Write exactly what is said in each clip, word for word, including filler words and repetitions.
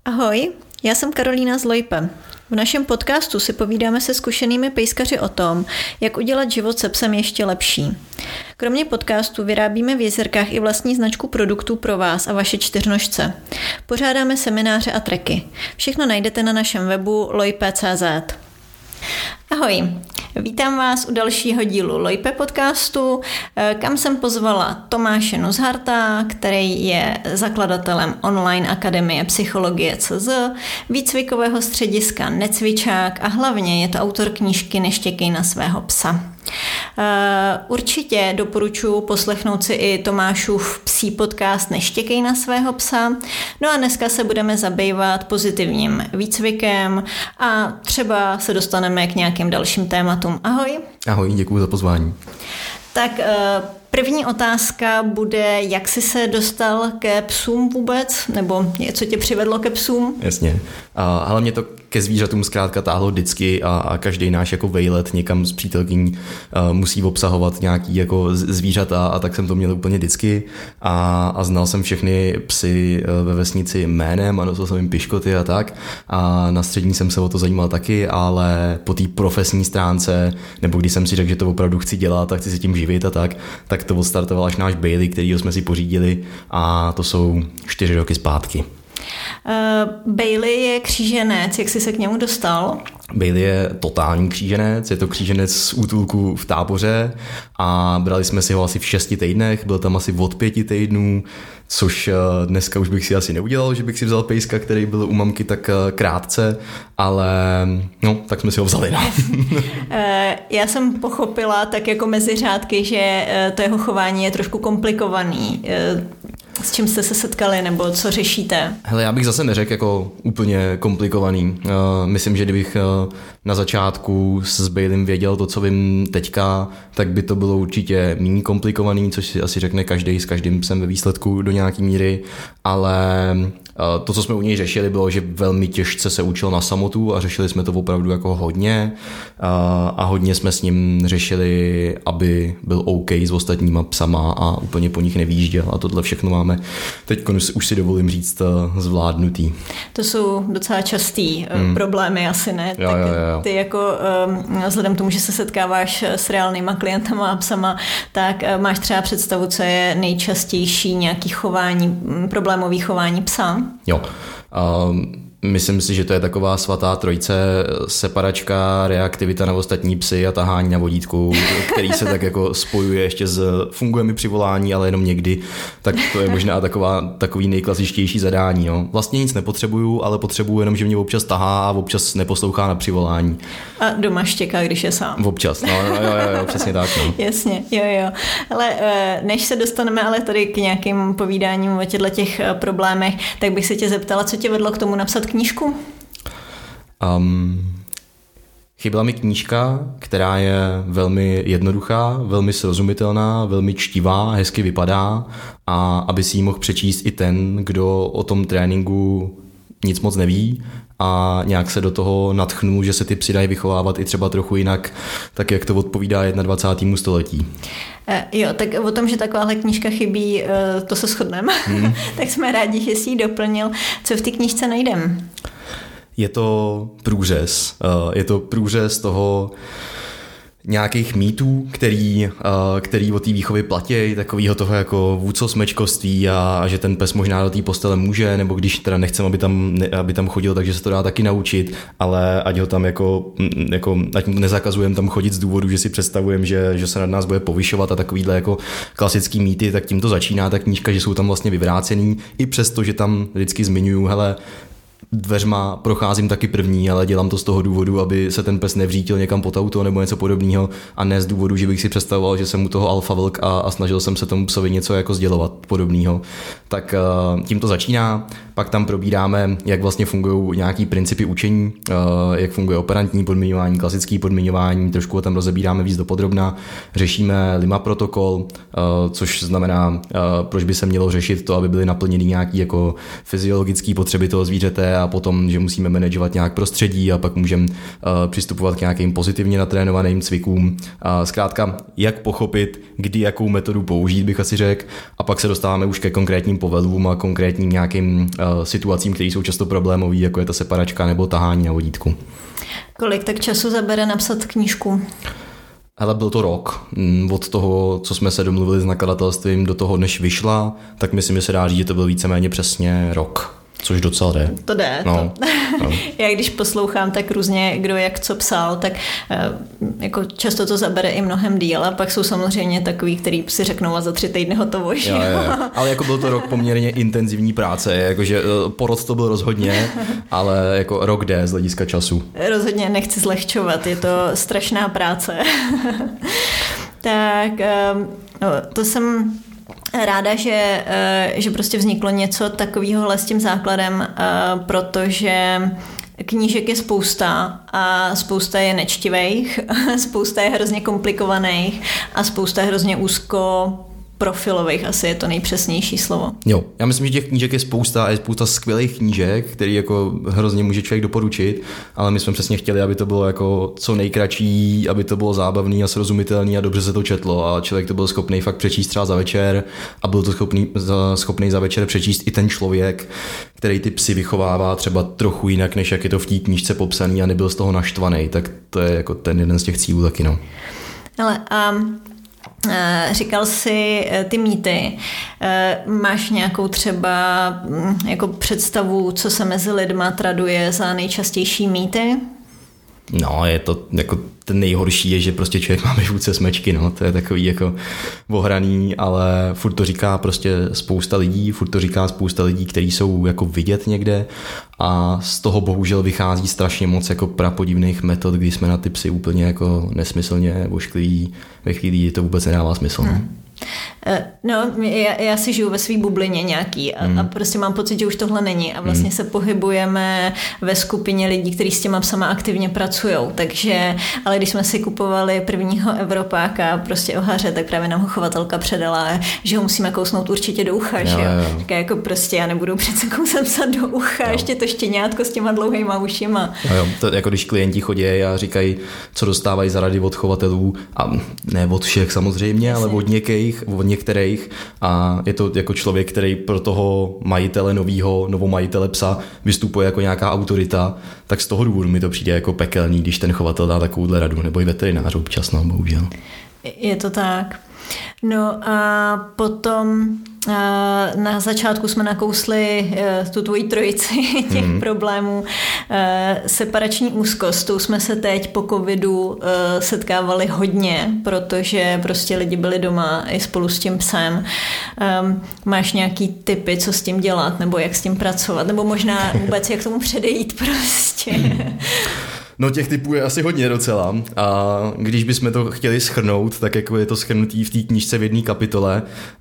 Ahoj, já jsem Karolína z Lojpe. V našem podcastu si povídáme se zkušenými pejskaři o tom, jak udělat život se psem ještě lepší. Kromě podcastu vyrábíme v Jezerkách i vlastní značku produktů pro vás a vaše čtyřnožce. Pořádáme semináře a treky. Všechno najdete na našem webu lojpe tečka cé zet. Ahoj, vítám vás u dalšího dílu Lojpe podcastu, kam jsem pozvala Tomáše Nuzharta, který je zakladatelem online akademie psychologie tečka cé zet, výcvikového střediska Necvičák a hlavně je to autor knížky Neštěkej na svého psa. Určitě doporučuji poslechnout si i Tomášův psí podcast Neštěkej na svého psa. No a dneska se budeme zabývat pozitivním výcvikem a třeba se dostaneme k nějakým dalším tématům. Ahoj. Ahoj, děkuji za pozvání. Tak první otázka bude, jak jsi se dostal ke psům vůbec, nebo co tě přivedlo ke psům? Jasně. A hlavně to ke zvířatům zkrátka táhlo vždycky a, a každý náš jako vejlet někam s přítelkyní uh, musí obsahovat nějaký jako zvířata a tak jsem to měl úplně vždycky a, a znal jsem všechny psy uh, ve vesnici jménem a nosil jsem jim piškoty a tak a na střední jsem se o to zajímal taky, ale po té profesní stránce, nebo když jsem si řekl, že to opravdu chci dělat a chci se tím živit a tak, tak to odstartoval až náš Bailey, kterýho jsme si pořídili a to jsou čtyři roky zpátky. Uh, Bailey je kříženec, jak jsi se k němu dostal? Bailey je totální kříženec, je to kříženec z útulku v Táboře a brali jsme si ho asi v šesti týdnech, byl tam asi od pěti týdnů, což dneska už bych si asi neudělal, že bych si vzal pejska, který byl u mamky tak krátce, ale no, tak jsme si ho vzali. No. Já jsem pochopila tak jako mezi řádky, že to jeho chování je trošku komplikovaný. S čím jste se setkali nebo co řešíte? Hele, já bych zase neřekl jako úplně komplikovaný. Uh, myslím, že kdybych uh, na začátku s Baileym věděl to, co vím teďka, tak by to bylo určitě méně komplikovaný, což si asi řekne každý s každým psem ve výsledku do nějaký míry, ale uh, to, co jsme u něj řešili, bylo, že velmi těžce se učil na samotu a řešili jsme to opravdu jako hodně uh, a hodně jsme s ním řešili, aby byl OK s ostatníma psama a úplně po nich nevýjížděl a tohle všechno máme teď už si dovolím říct zvládnutý. To jsou docela častý hmm. problémy asi, ne? Jo, tak jo, jo. Ty jako vzhledem k tomu, že se setkáváš s reálnýma klientama a psama, tak máš třeba představu, co je nejčastější nějaký chování, problémový chování psa? Jo. Um, Myslím si, že to je taková svatá trojce, separačka, reaktivita na ostatní psy a tahání na vodítku, který se tak jako spojuje ještě s funguje mi při volání, ale jenom někdy, tak to je možná taková, takový nejklasičtější zadání. Jo. Vlastně nic nepotřebuju, ale potřebuju jenom, že mě občas tahá a občas neposlouchá na přivolání. A doma štěká, když je sám. Občas, no, no jo, jo, jo, přesně tak. No. Jasně, jo, jo. Ale než se dostaneme ale tady k nějakým povídáním o těchto těch problémech, tak bych se tě zeptala, co tě vedlo k tomu napsat knížku? Um, chyběla mi knížka, která je velmi jednoduchá, velmi srozumitelná, velmi čtivá, hezky vypadá a aby si ji mohl přečíst i ten, kdo o tom tréninku nic moc neví a nějak se do toho nadchnul, že se ty psy dají vychovávat i třeba trochu jinak, tak jak to odpovídá dvacátému prvnímu století. Jo, tak o tom, že takováhle knížka chybí, to se shodneme. Hmm. Tak jsme rádi, že jsi ji doplnil. Co v té knížce najdem? Je to průřez. Je to průřez toho nějakých mýtů, který, který o té výchově platí, takového toho jako vůdcosmečkoství a, a že ten pes možná do té postele může, nebo když teda nechcem, aby tam, aby tam chodil, takže se to dá taky naučit, ale ať ho tam jako, jako ať nezakazujeme tam chodit z důvodu, že si představujeme, že, že se nad nás bude povyšovat a takovýhle jako klasický mýty, tak tím to začíná ta knížka, že jsou tam vlastně vyvrácený, i přesto, že tam vždycky zmiňuju, hele, dveřma procházím taky první, ale dělám to z toho důvodu, aby se ten pes nevřítil někam pod auto nebo něco podobného a ne z důvodu, že bych si představoval, že jsem mu toho alfa vlk a, a snažil jsem se tomu psovi něco jako sdělovat podobného. Tak uh, tím to začíná, pak tam probíráme, jak vlastně fungují nějaký principy učení, uh, jak funguje operantní podmiňování, klasické podmiňování, trošku ho tam rozebíráme víc dopodrobna, řešíme Lima protokol, uh, což znamená, uh, proč by se mělo řešit to, aby byly naplněny nějaké jako fyziologické potřeby toho zvířete a a potom, že musíme manažovat nějak prostředí a pak můžeme uh, přistupovat k nějakým pozitivně natrénovaným cvikům. Uh, zkrátka, jak pochopit, kdy jakou metodu použít, bych asi řekl, a pak se dostáváme už ke konkrétním povedlům a konkrétním nějakým uh, situacím, které jsou často problémové, jako je ta separačka nebo tahání na vodítku. Kolik tak času zabere napsat knížku? Ale byl to rok. Od toho, co jsme se domluvili s nakladatelstvím, do toho, než vyšla, tak myslím, že se dá říct, že to byl víceméně přesně rok. Což docela jde. To jde. No, to. no. Já když poslouchám tak různě, kdo jak co psal, tak jako často to zabere i mnohem díl a pak jsou samozřejmě takový, který si řeknou a za tři týdny hotovo. Jo, jo. Ale jako byl to rok poměrně intenzivní práce, jakože porod to byl rozhodně, ale jako rok jde z hlediska času. Rozhodně nechci zlehčovat, je to strašná práce. Tak to jsem ráda, že, že prostě vzniklo něco takového s tím základem, protože knížek je spousta a spousta je nečtivých, spousta je hrozně komplikovaných a spousta je hrozně úzko profilových, asi je to nejpřesnější slovo. Jo, já myslím, že těch knížek je spousta a je spousta skvělých knížek, který jako hrozně může člověk doporučit, ale my jsme přesně chtěli, aby to bylo jako co nejkratší, aby to bylo zábavný a srozumitelný a dobře se to četlo a člověk to byl schopný fakt přečíst třeba za večer a byl to schopný za, schopný za večer přečíst i ten člověk, který ty psy vychovává třeba trochu jinak, než jak je to v té knížce popsaný a nebyl z toho naštvaný, tak to je jako ten jeden z těch cílů taky, no. Ale um... říkal jsi ty mýty. Máš nějakou třeba jako představu, co se mezi lidma traduje za nejčastější mýty? No, je to jako ten nejhorší je, že prostě člověk má ve žůce smečky, no, to je takový jako ohraný, ale furt to říká prostě spousta lidí, furt to říká spousta lidí, kteří jsou jako vidět někde a z toho bohužel vychází strašně moc jako prapodivných metod, kdy jsme na ty psy úplně jako nesmyslně oškliví, ve chvíli, kdy to vůbec nedává smysl. Hmm. No. No, já, já si žiju ve své bublině nějaký a, mm. a prostě mám pocit, že už tohle není a vlastně mm. se pohybujeme ve skupině lidí, kteří s těma psama aktivně pracujou, takže, ale když jsme si kupovali prvního Evropáka prostě o haře, tak právě nám ho chovatelka předala, že ho musíme kousnout určitě do ucha, jo, že jo. jo. Tak jako prostě já nebudu přece kousat psa do ucha, jo. Ještě to štěňátko s těma dlouhýma ušima. Jo, jo. To jako když klienti chodí a říkají, co dostávají za rady od chovatelů a ne od všech samozřejmě, Jasně. ale od někých, od některých a je to jako člověk, který pro toho majitele novýho, novomajitele psa vystupuje jako nějaká autorita, tak z toho důvodu mi to přijde jako pekelný, když ten chovatel dá takovouhle radu, nebo i veterinář občas, no, bohužel. Je to tak. No a potom na začátku jsme nakousli tu tvoji trojici těch mm. problémů. Separační úzkost, tou jsme se teď po covidu setkávali hodně, protože prostě lidi byli doma i spolu s tím psem. Máš nějaký tipy, co s tím dělat, nebo jak s tím pracovat, nebo možná vůbec jak tomu předejít prostě? No těch typů je asi hodně docela a když bychom to chtěli shrnout, tak jako je to shrnutý v té knížce v jedné kapitole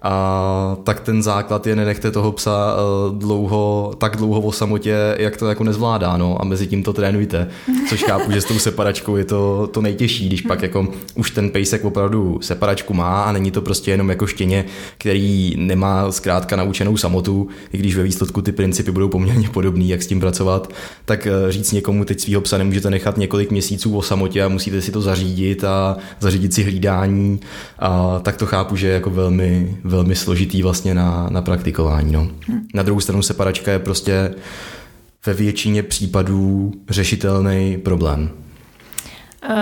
a tak ten základ je nenechte toho psa dlouho, tak dlouho o samotě, jak to jako nezvládá, no, a mezi tím to trénujte, což chápu, že s tou separačkou je to, to nejtěžší, když pak jako už ten pejsek opravdu separačku má a není to prostě jenom jako štěně, který nemá zkrátka naučenou samotu, i když ve výsledku ty principy budou poměrně podobný, jak s tím pracovat, tak říct někomu teď svýho psa nemůžete nechat několik měsíců o samotě a musíte si to zařídit a zařídit si hlídání, a tak to chápu, že je jako velmi, velmi složitý vlastně na, na praktikování. No. Hmm. Na druhou stranu separačka je prostě ve většině případů řešitelný problém. Uh,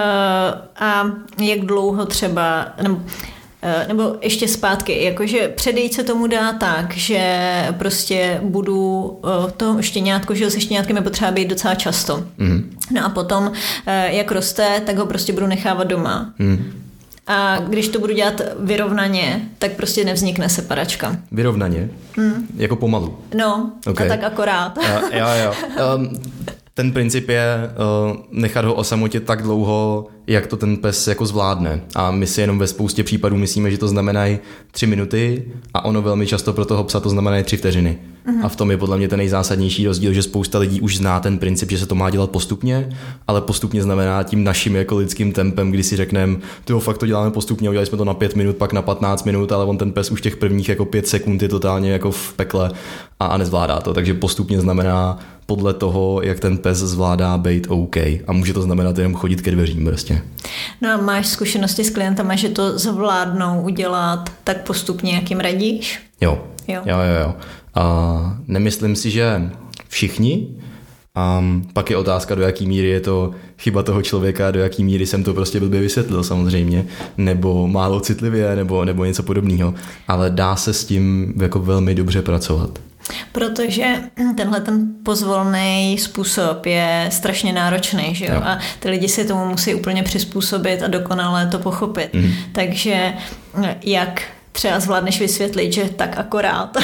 a jak dlouho třeba, nebo nebo ještě zpátky, jakože předejít se tomu dá tak, že prostě budu to štěňátko, že se štěňátkem je potřeba být docela často. Mm. No a potom, jak roste, tak ho prostě budu nechávat doma. Mm. A když to budu dělat vyrovnaně, tak prostě nevznikne separačka. Vyrovnaně? Mm. Jako pomalu? No, okay. A tak akorát. Uh, jo, jo. Um, ten princip je uh, nechat ho o samotě tak dlouho, jak to ten pes jako zvládne. A my si jenom ve spoustě případů myslíme, že to znamenají tři minuty a ono velmi často pro toho psa to znamená tři vteřiny. Mm-hmm. A v tom je podle mě ten nejzásadnější rozdíl, že spousta lidí už zná ten princip, že se to má dělat postupně, ale postupně znamená tím naším jako lidským tempem, kdy si řekneme, tyjo, fakt to děláme postupně, udělali jsme to na pět minut, pak na patnáct minut, ale on ten pes už těch prvních jako pět sekund je totálně jako v pekle a, a nezvládá to. Takže postupně znamená podle toho, jak ten pes zvládá být OK. A může to znamenat jenom chodit ke dveřím prostě. No a máš zkušenosti s klientama, že to zvládnou udělat tak postupně, jak jim radíš? Jo. Jo, jo, jo. jo. A nemyslím si, že všichni. A pak je otázka, do jaký míry je to chyba toho člověka, do jaký míry jsem to prostě blbě vysvětlil samozřejmě, nebo málo citlivě, nebo, nebo něco podobného. Ale dá se s tím jako velmi dobře pracovat. Protože tenhle ten pozvolný způsob je strašně náročný, že jo? jo? A ty lidi si tomu musí úplně přizpůsobit a dokonale to pochopit. Mm. Takže jak třeba zvládneš vysvětlit, že tak akorát?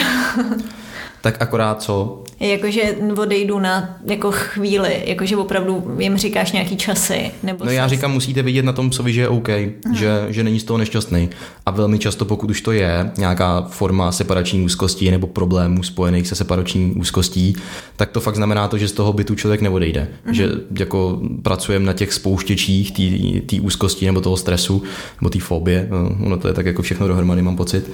Tak akorát co? Jakože odejdu na jako chvíli, jakože opravdu jim říkáš nějaký časy. Nebo no já říkám, musíte vidět na tom psovi, že je OK, hmm. že, že není z toho nešťastný. A velmi často, pokud už to je nějaká forma separační úzkosti nebo problémů spojených se separační úzkostí, tak to fakt znamená to, že z toho bytu člověk neodejde. Hmm. Že jako pracujeme na těch spouštěčích té úzkosti nebo toho stresu nebo té fobie. Ono to je tak jako všechno dohromady, mám pocit.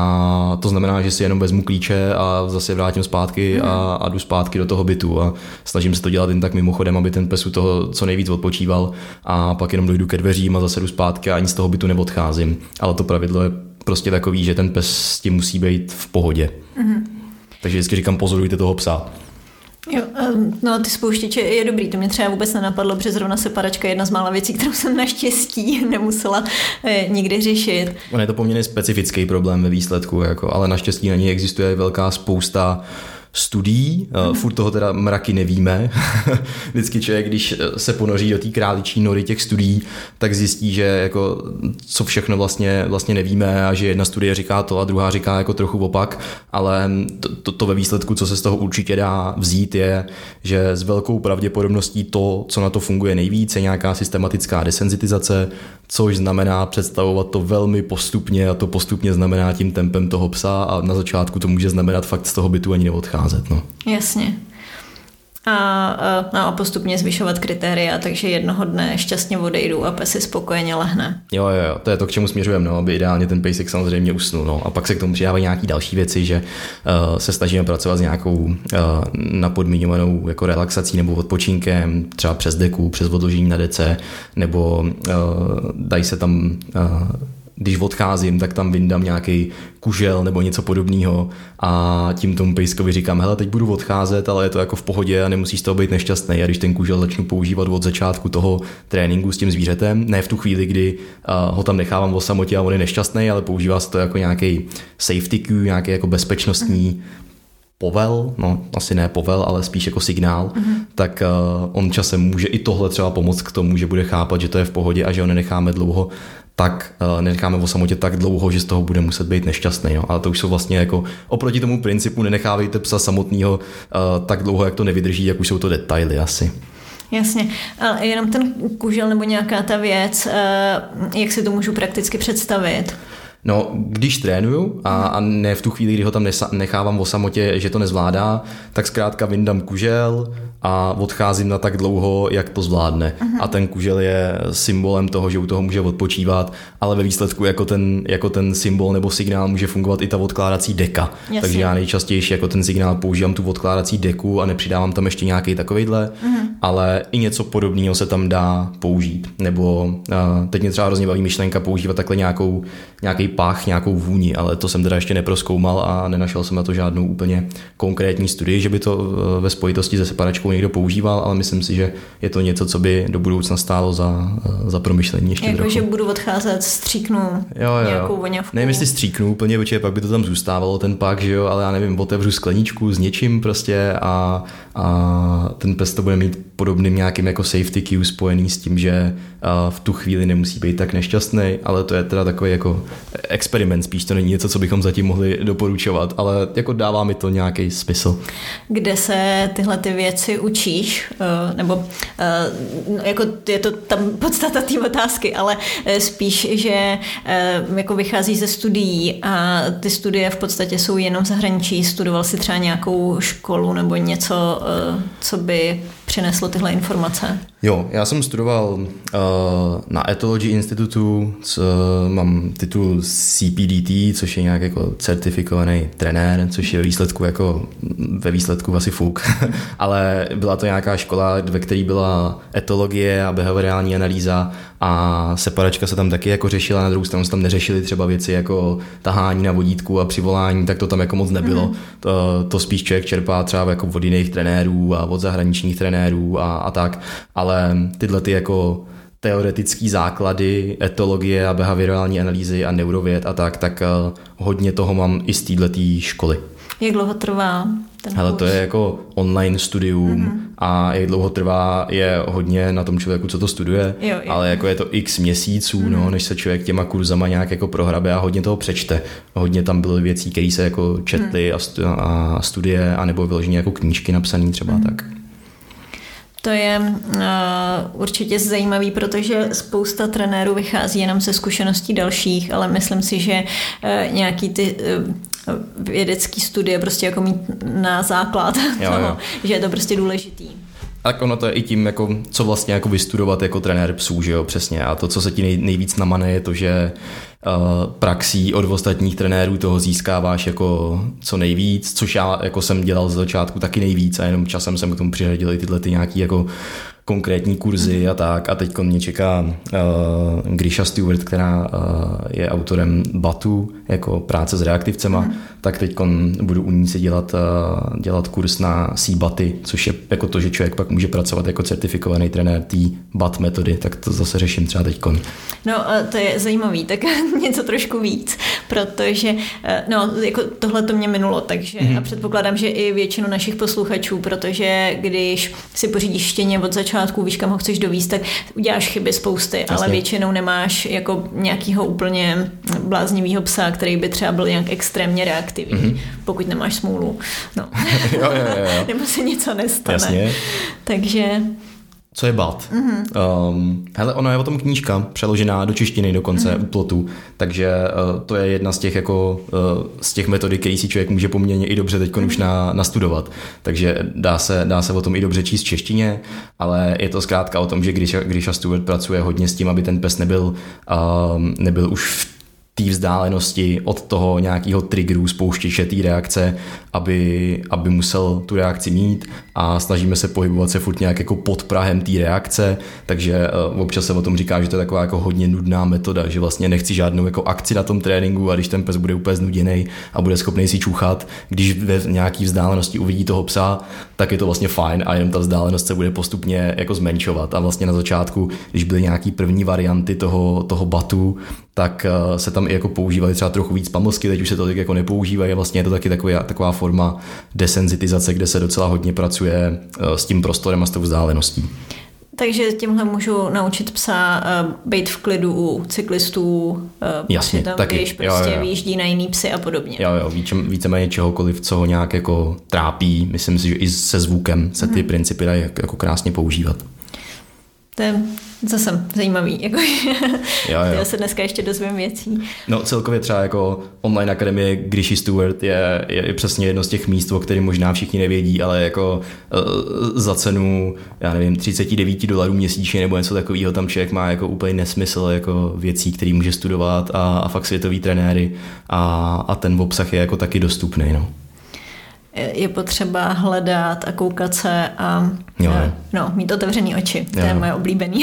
A to znamená, že si jenom vezmu klíče a zase vrátím zpátky hmm. a a jdu zpátky do toho bytu a snažím se to dělat jen tak mimochodem, aby ten pes u toho co nejvíc odpočíval a pak jenom dojdu ke dveřím a zase jdu zpátky a ani z toho bytu neodcházím. Ale to pravidlo je prostě takový, že ten pes s tím musí být v pohodě. Mm-hmm. Takže vždycky říkám, pozorujte toho psa. Jo, no ty spouštěče je dobrý, to mě třeba vůbec nenapadlo, protože zrovna separačka je jedna z mála věcí, kterou jsem naštěstí nemusela eh, nikdy řešit. On je to poměrně specifický problém ve výsledku, jako, ale naštěstí na něj existuje velká spousta studií, mm. furt toho teda mraky nevíme. Vždycky člověk, když se ponoří do té králičí nory těch studií, tak zjistí, že jako co všechno vlastně, vlastně nevíme a že jedna studie říká to a druhá říká jako trochu opak, ale to, to, to ve výsledku, co se z toho určitě dá vzít, je, že s velkou pravděpodobností to, co na to funguje nejvíc, je nějaká systematická desenzitizace, což znamená představovat to velmi postupně a to postupně znamená tím tempem toho psa a na začátku to může znamenat fakt z toho bytu ani neodcházet. No. Jasně. A, a, a postupně zvyšovat kritéria, takže jednoho dne šťastně odejdu a pes si spokojeně lehne. Jo, jo, jo, to je to, k čemu směřujeme, no, aby ideálně ten pejsek samozřejmě usnul. No. A pak se k tomu přidávají nějaké další věci, že uh, se snažíme pracovat s nějakou uh, napodmiňovanou jako relaxací nebo odpočinkem, třeba přes deku, přes odložení na dece, nebo uh, dají se tam... Uh, když odcházím, tak tam vyndám nějaký kužel nebo něco podobného a tím tomu pejskovi říkám, hele, teď budu odcházet, ale je to jako v pohodě a nemusíš z toho být nešťastný. A když ten kužel začnu používat od začátku toho tréninku s tím zvířetem, ne v tu chvíli, kdy uh, ho tam nechávám o samotě a on je nešťastný, ale používá se to jako nějaký safety cue, nějaký jako bezpečnostní povel, no asi ne povel, ale spíš jako signál, mm-hmm. tak uh, on časem může i tohle třeba pomoct k tomu, že bude chápat, že to je v pohodě a že ho nenecháme dlouho tak uh, nenecháme o samotě tak dlouho, že z toho bude muset být nešťastný. No. Ale to už jsou vlastně jako oproti tomu principu nenechávejte psa samotného uh, tak dlouho, jak to nevydrží, jak už jsou to detaily asi. Jasně, ale jenom ten kužel nebo nějaká ta věc, uh, jak si to můžu prakticky představit? No, když trénuju a, a ne v tu chvíli, kdy ho tam nechávám o samotě, že to nezvládá, tak zkrátka vyndám kužel a odcházím na tak dlouho, jak to zvládne. Uh-huh. A ten kužel je symbolem toho, že u toho může odpočívat, ale ve výsledku jako ten, jako ten symbol nebo signál může fungovat i ta odkládací deka. Jasně. Takže já nejčastěji jako ten signál používám tu odkládací deku a nepřidávám tam ještě nějaký takovejhle, uh-huh. ale i něco podobného se tam dá použít. Nebo uh, teď mě třeba hrozně baví myšlenka používat takhle nějakou, nějaký pach, nějakou vůni, ale to jsem teda ještě neprozkoumal a nenašel jsem na to žádnou úplně konkrétní studii, že by to uh, ve spojitosti se separačkou někdo používal, ale myslím si, že je to něco, co by do budoucna stálo za, za promyšlení ještě jako, trochu. Že budu odcházet, stříknu jo, jo. nějakou voňavku. Nevím, jestli stříknu úplně, protože pak by to tam zůstávalo ten pak, že jo, ale já nevím, otevřu skleničku s něčím prostě a, a ten pes to bude mít podobným nějakým jako safety cue spojený s tím, že v tu chvíli nemusí být tak nešťastný, ale to je teda takový jako experiment, spíš to není něco, co bychom zatím mohli doporučovat, ale jako dává mi to nějaký smysl. Kde se tyhle ty věci učíš? Nebo jako je to tam podstata té otázky, ale spíš, že jako vychází ze studií a ty studie v podstatě jsou jenom v zahraničí. Studoval si třeba nějakou školu nebo něco, co by přineslo tyhle informace? Jo, já jsem studoval uh, na Etology Institutu, co, mám titul C P D T, což je nějak jako certifikovaný trenér, což je výsledku jako, ve výsledku asi fuk, ale byla to nějaká škola, ve které byla etologie a behaviorální analýza a separačka se tam taky jako řešila, na druhou stranu se tam neřešily třeba věci jako tahání na vodítku a přivolání, tak to tam jako moc nebylo. Mm. To, to spíš člověk čerpá třeba jako od jiných trenérů a od zahraničních trenérů a, a tak, ale tyhle ty jako teoretické základy etologie a behaviorální analýzy a neurověd a tak, tak uh, hodně toho mám i z této školy. Jak dlouho trvá ten Hele, kurz? to je jako online studium mm-hmm. a jak dlouho trvá je hodně na tom člověku, co to studuje, jo, jo. ale jako je to x měsíců, mm-hmm. no, než se člověk těma kurzama nějak jako prohrabe a hodně toho přečte. Hodně tam byly věcí, které se jako četly mm. a, stu- a studie, anebo vyloženě jako knížky napsané třeba mm. tak. To je uh, určitě zajímavý, protože spousta trenérů vychází jenom ze zkušeností dalších, ale myslím si, že uh, nějaký ty uh, vědecký studie prostě jako mít na základ jo, toho, jo. že je to prostě důležitý. Tak ono to je i tím, jako, co vlastně jako vystudovat jako trenér psů, že jo, přesně. A to, co se ti nej, nejvíc namane, je to, že uh, praxí od ostatních trenérů toho získáváš jako co nejvíc, což já jako jsem dělal z začátku taky nejvíc a jenom časem jsem k tomu přiřadil i tyhle ty nějaký jako konkrétní kurzy a tak. A teď mě čeká uh, Grisha Stewart, která uh, je autorem Batu, jako práce s reaktivcema, mm. tak teď budu u ní si dělat, uh, dělat kurz na C-Baty, což je jako to, že člověk pak může pracovat jako certifikovaný trenér té Bat metody, tak to zase řeším třeba teďkon. No to je zajímavý, tak něco trošku víc, protože no, jako tohle to mě minulo, takže mm. a předpokládám, že i většinu našich posluchačů, protože když si pořídíš štěně od začátku, víš, kam ho chceš dovízt, tak uděláš chyby spousty, Jasně. ale většinou nemáš jako nějakýho úplně bláznivýho psa, který by třeba byl nějak extrémně reaktivní, mm-hmm. pokud nemáš smůlu. No. jo, jo, jo, jo. Nebo se něco nestane. Jasně. Takže... Co je Bat? Mm-hmm. Um, hele, ono je o tom knížka, přeložená do češtiny dokonce mm-hmm. u plotu, takže uh, to je jedna z těch jako uh, z těch metodik, který si člověk může poměrně i dobře teď mm-hmm. už na, nastudovat. Takže dá se, dá se o tom i dobře číst v češtině, ale je to zkrátka o tom, že Grisha, Grisha Stewart pracuje hodně s tím, aby ten pes nebyl, um, nebyl už v té vzdálenosti od toho nějakého triggeru, spouštěče té reakce, aby, aby musel tu reakci mít a snažíme se pohybovat se furt nějak jako pod prahem té reakce, takže uh, občas se o tom říká, že to je taková jako hodně nudná metoda, že vlastně nechci žádnou jako akci na tom tréninku a když ten pes bude úplně znuděnej a bude schopný si čůchat, když ve nějaký vzdálenosti uvidí toho psa, tak je to vlastně fajn a jenom ta vzdálenost se bude postupně jako zmenšovat a vlastně na začátku, když byly nějaký první varianty toho, toho batu, tak uh, se tam i jako používaly třeba trochu víc pamlsky, teď už se to tak jako nepoužívají a vlastně je to taky taková, taková forma desenzitizace, kde se docela hodně pracuje uh, s tím prostorem a s tou vzdáleností. Takže tímhle můžu naučit psa uh, být v klidu u cyklistů, uh, Jasně, tam, taky. když prostě jo, jo. vyjíždí na jiný psy a podobně. Jo, jo, více, víceméně čehokoliv, co ho nějak jako trápí, myslím si, že i se zvukem se ty mm. principy dají jako krásně používat. To je zase zajímavý, jako jo, jo. Já se dneska ještě dozvím věcí. No celkově třeba jako online akademie Grishy Stewart je, je přesně jedno z těch míst, o kterém možná všichni nevědí, ale jako uh, za cenu, já nevím, třicet devět dolarů měsíčně nebo něco takového, tam člověk má jako úplně nesmysl jako věcí, které může studovat a, a fakt světový trenéry a, a ten obsah je jako taky dostupný, no. Je potřeba hledat a koukat se a jo, jo. No, mít otevřený oči. To jo. je moje oblíbený.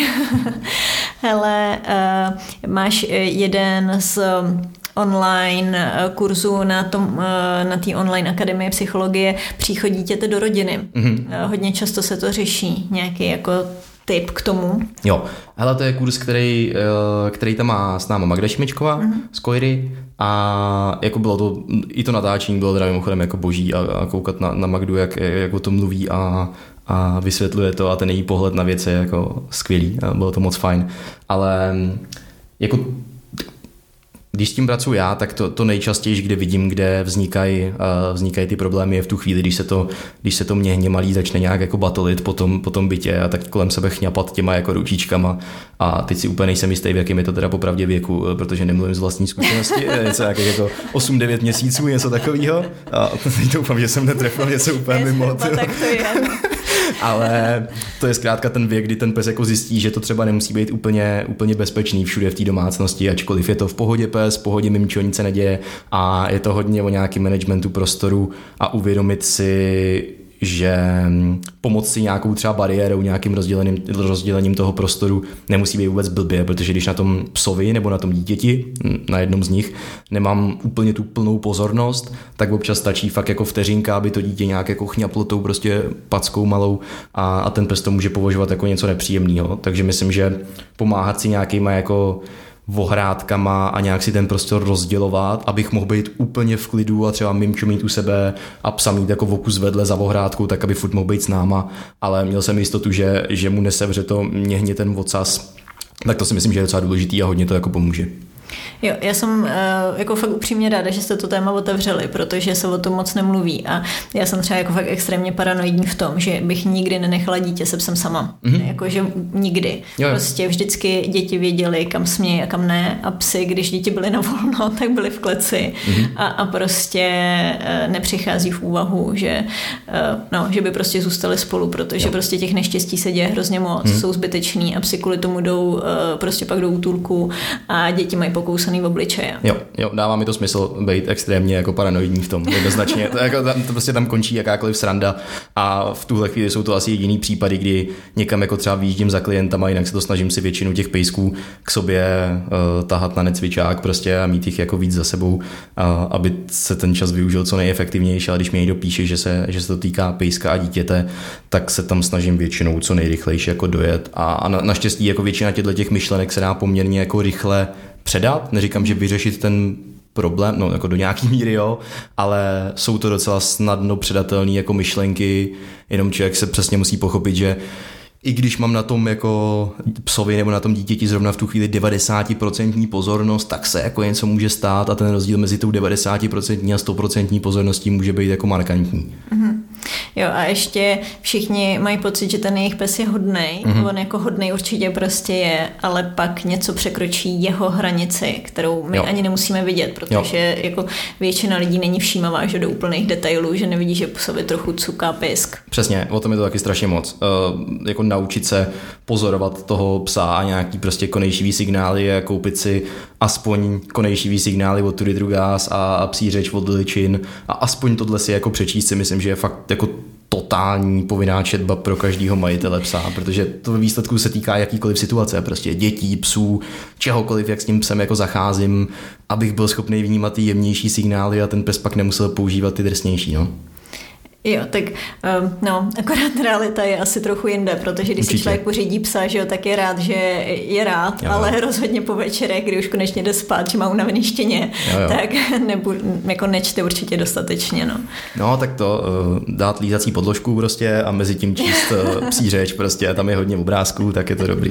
Hele, uh, máš jeden z online kurzu na tom, na té online akademii psychologie Příchod dítěte do rodiny. Mm-hmm. Hodně často se to řeší, nějaký jako tip k tomu. Jo, hele, to je kurz, který, který tam má s náma Magda Šimečková mm-hmm. z Koiry a jako bylo to, i to natáčení bylo teda mimochodem jako boží a, a koukat na, na Magdu, jak, jak o tom mluví a, a vysvětluje to a ten její pohled na věci je jako skvělý a bylo to moc fajn, ale jako když s tím pracuji já, tak to, to nejčastěji, kde vidím, kde vznikají, uh, vznikají ty problémy, je v tu chvíli, když se to, když se to měhně malý začne nějak jako batolit po tom, po tom bytě a tak kolem sebe chňapat těma jako ručičkama a teď si úplně nejsem jistý, v jakém je to teda popravdě věku, protože nemluvím z vlastní zkušenosti, něco jako osm devět měsíců, něco takového a teď doufám, že jsem netrefil něco úplně mimo. Tak to je. Ale to je zkrátka ten věk, kdy ten pes jako zjistí, že to třeba nemusí být úplně, úplně bezpečný všude v té domácnosti, ačkoliv je to v pohodě pes, v pohodě mimo ničeho nic se neděje a je to hodně o nějakém managementu prostoru a uvědomit si, že pomoct si nějakou třeba bariérou, nějakým rozdělením, rozdělením toho prostoru nemusí být vůbec blbě, protože když na tom psovi nebo na tom dítěti, na jednom z nich, nemám úplně tu plnou pozornost, tak občas stačí fakt jako vteřinka, aby to dítě nějak jako chňaplo tou prostě packou malou a, a ten pes to může považovat jako něco nepříjemného. Takže myslím, že pomáhat si nějakýma jako ohrádkama a nějak si ten prostor rozdělovat, abych mohl být úplně v klidu a třeba mimčo mít u sebe a psa mít jako vokus vedle za ohrádkou, tak aby furt mohl být s náma, ale měl jsem jistotu, že, že mu nesevře to měhně ten ocas, tak to si myslím, že je docela důležitý a hodně to jako pomůže. Jo, já jsem uh, jako fakt upřímně ráda, že jste to téma otevřeli, protože se o tom moc nemluví a já jsem třeba jako fakt extrémně paranoidní v tom, že bych nikdy nenechala dítě se psem sama. Mm-hmm. Jakože nikdy. Jo, jo. Prostě vždycky děti věděly, kam smějí a kam ne a psy, když děti byly na volno, tak byly v kleci mm-hmm. a, a prostě uh, nepřichází v úvahu, že, uh, no, že by prostě zůstali spolu, protože jo. prostě těch neštěstí se děje hrozně moc, mm-hmm. jsou zbyteční a psy kvůli tomu jdou uh, prostě pak do útulku a děti mají pokousaný v obličeje. Jo, jo, dává mi to smysl být extrémně jako paranoidní v tom, jednoznačně. To, jako, tam, to prostě tam končí jakákoliv sranda a v tuhle chvíli jsou to asi jediný případy, kdy někam jako třeba vyjíždím za klientama, jinak se to snažím si většinu těch pejsků k sobě uh, tahat na necvičák prostě a mít jich jako víc za sebou, uh, aby se ten čas využil co nejefektivnější, ale když mi někdo píše, že se, že se to týká pejska a dítěte, tak se tam snažím většinou co nejrychlejší jako dojet a, a na, naštěstí jako většina těchto těch myšlenek se dá poměrně jako rychle předat, neříkám, že vyřešit ten problém, no jako do nějaký míry, jo, ale jsou to docela snadno předatelné jako myšlenky, jenom člověk se přesně musí pochopit, že i když mám na tom jako psovi nebo na tom dítěti zrovna v tu chvíli devadesát procent pozornost, tak se jako něco může stát a ten rozdíl mezi tou devadesát procent a sto procent pozorností může být jako markantní. Mm-hmm. Jo a ještě všichni mají pocit, že ten jejich pes je hodnej, mm-hmm. on jako hodnej určitě prostě je, ale pak něco překročí jeho hranici, kterou my jo. ani nemusíme vidět, protože jo. jako většina lidí není všímavá, že do úplných detailů, že nevidí, že psovi trochu cuká pisk. Přesně, o tom je to taky strašně moc. Uh, jako naučit se pozorovat toho psa a nějaký prostě konejšivý signály a koupit si aspoň konejšivý signály od Tudy Drugas a, a psí řeč od Ličin a aspoň tohle si jako přečíst si myslím, že je fakt jako totální povinná četba pro každého majitele psa, protože to ve výsledku se týká jakýkoliv situace, prostě dětí, psů, čehokoliv, jak s tím psem jako zacházím, abych byl schopný vnímat ty jemnější signály a ten pes pak nemusel používat ty drsnější, no. Jo, tak um, no, akorát realita je asi trochu jinde, protože když Určitě. si člověk pořídí psa, že jo, tak je rád, že je rád, jo. ale rozhodně po večerech, kdy už konečně jde spát, že má unavený štěně, jo, jo. tak nebu, jako nečte určitě dostatečně, no. No, tak to uh, dát lízací podložku prostě a mezi tím číst uh, psí řeč prostě, tam je hodně obrázků, tak je to dobrý.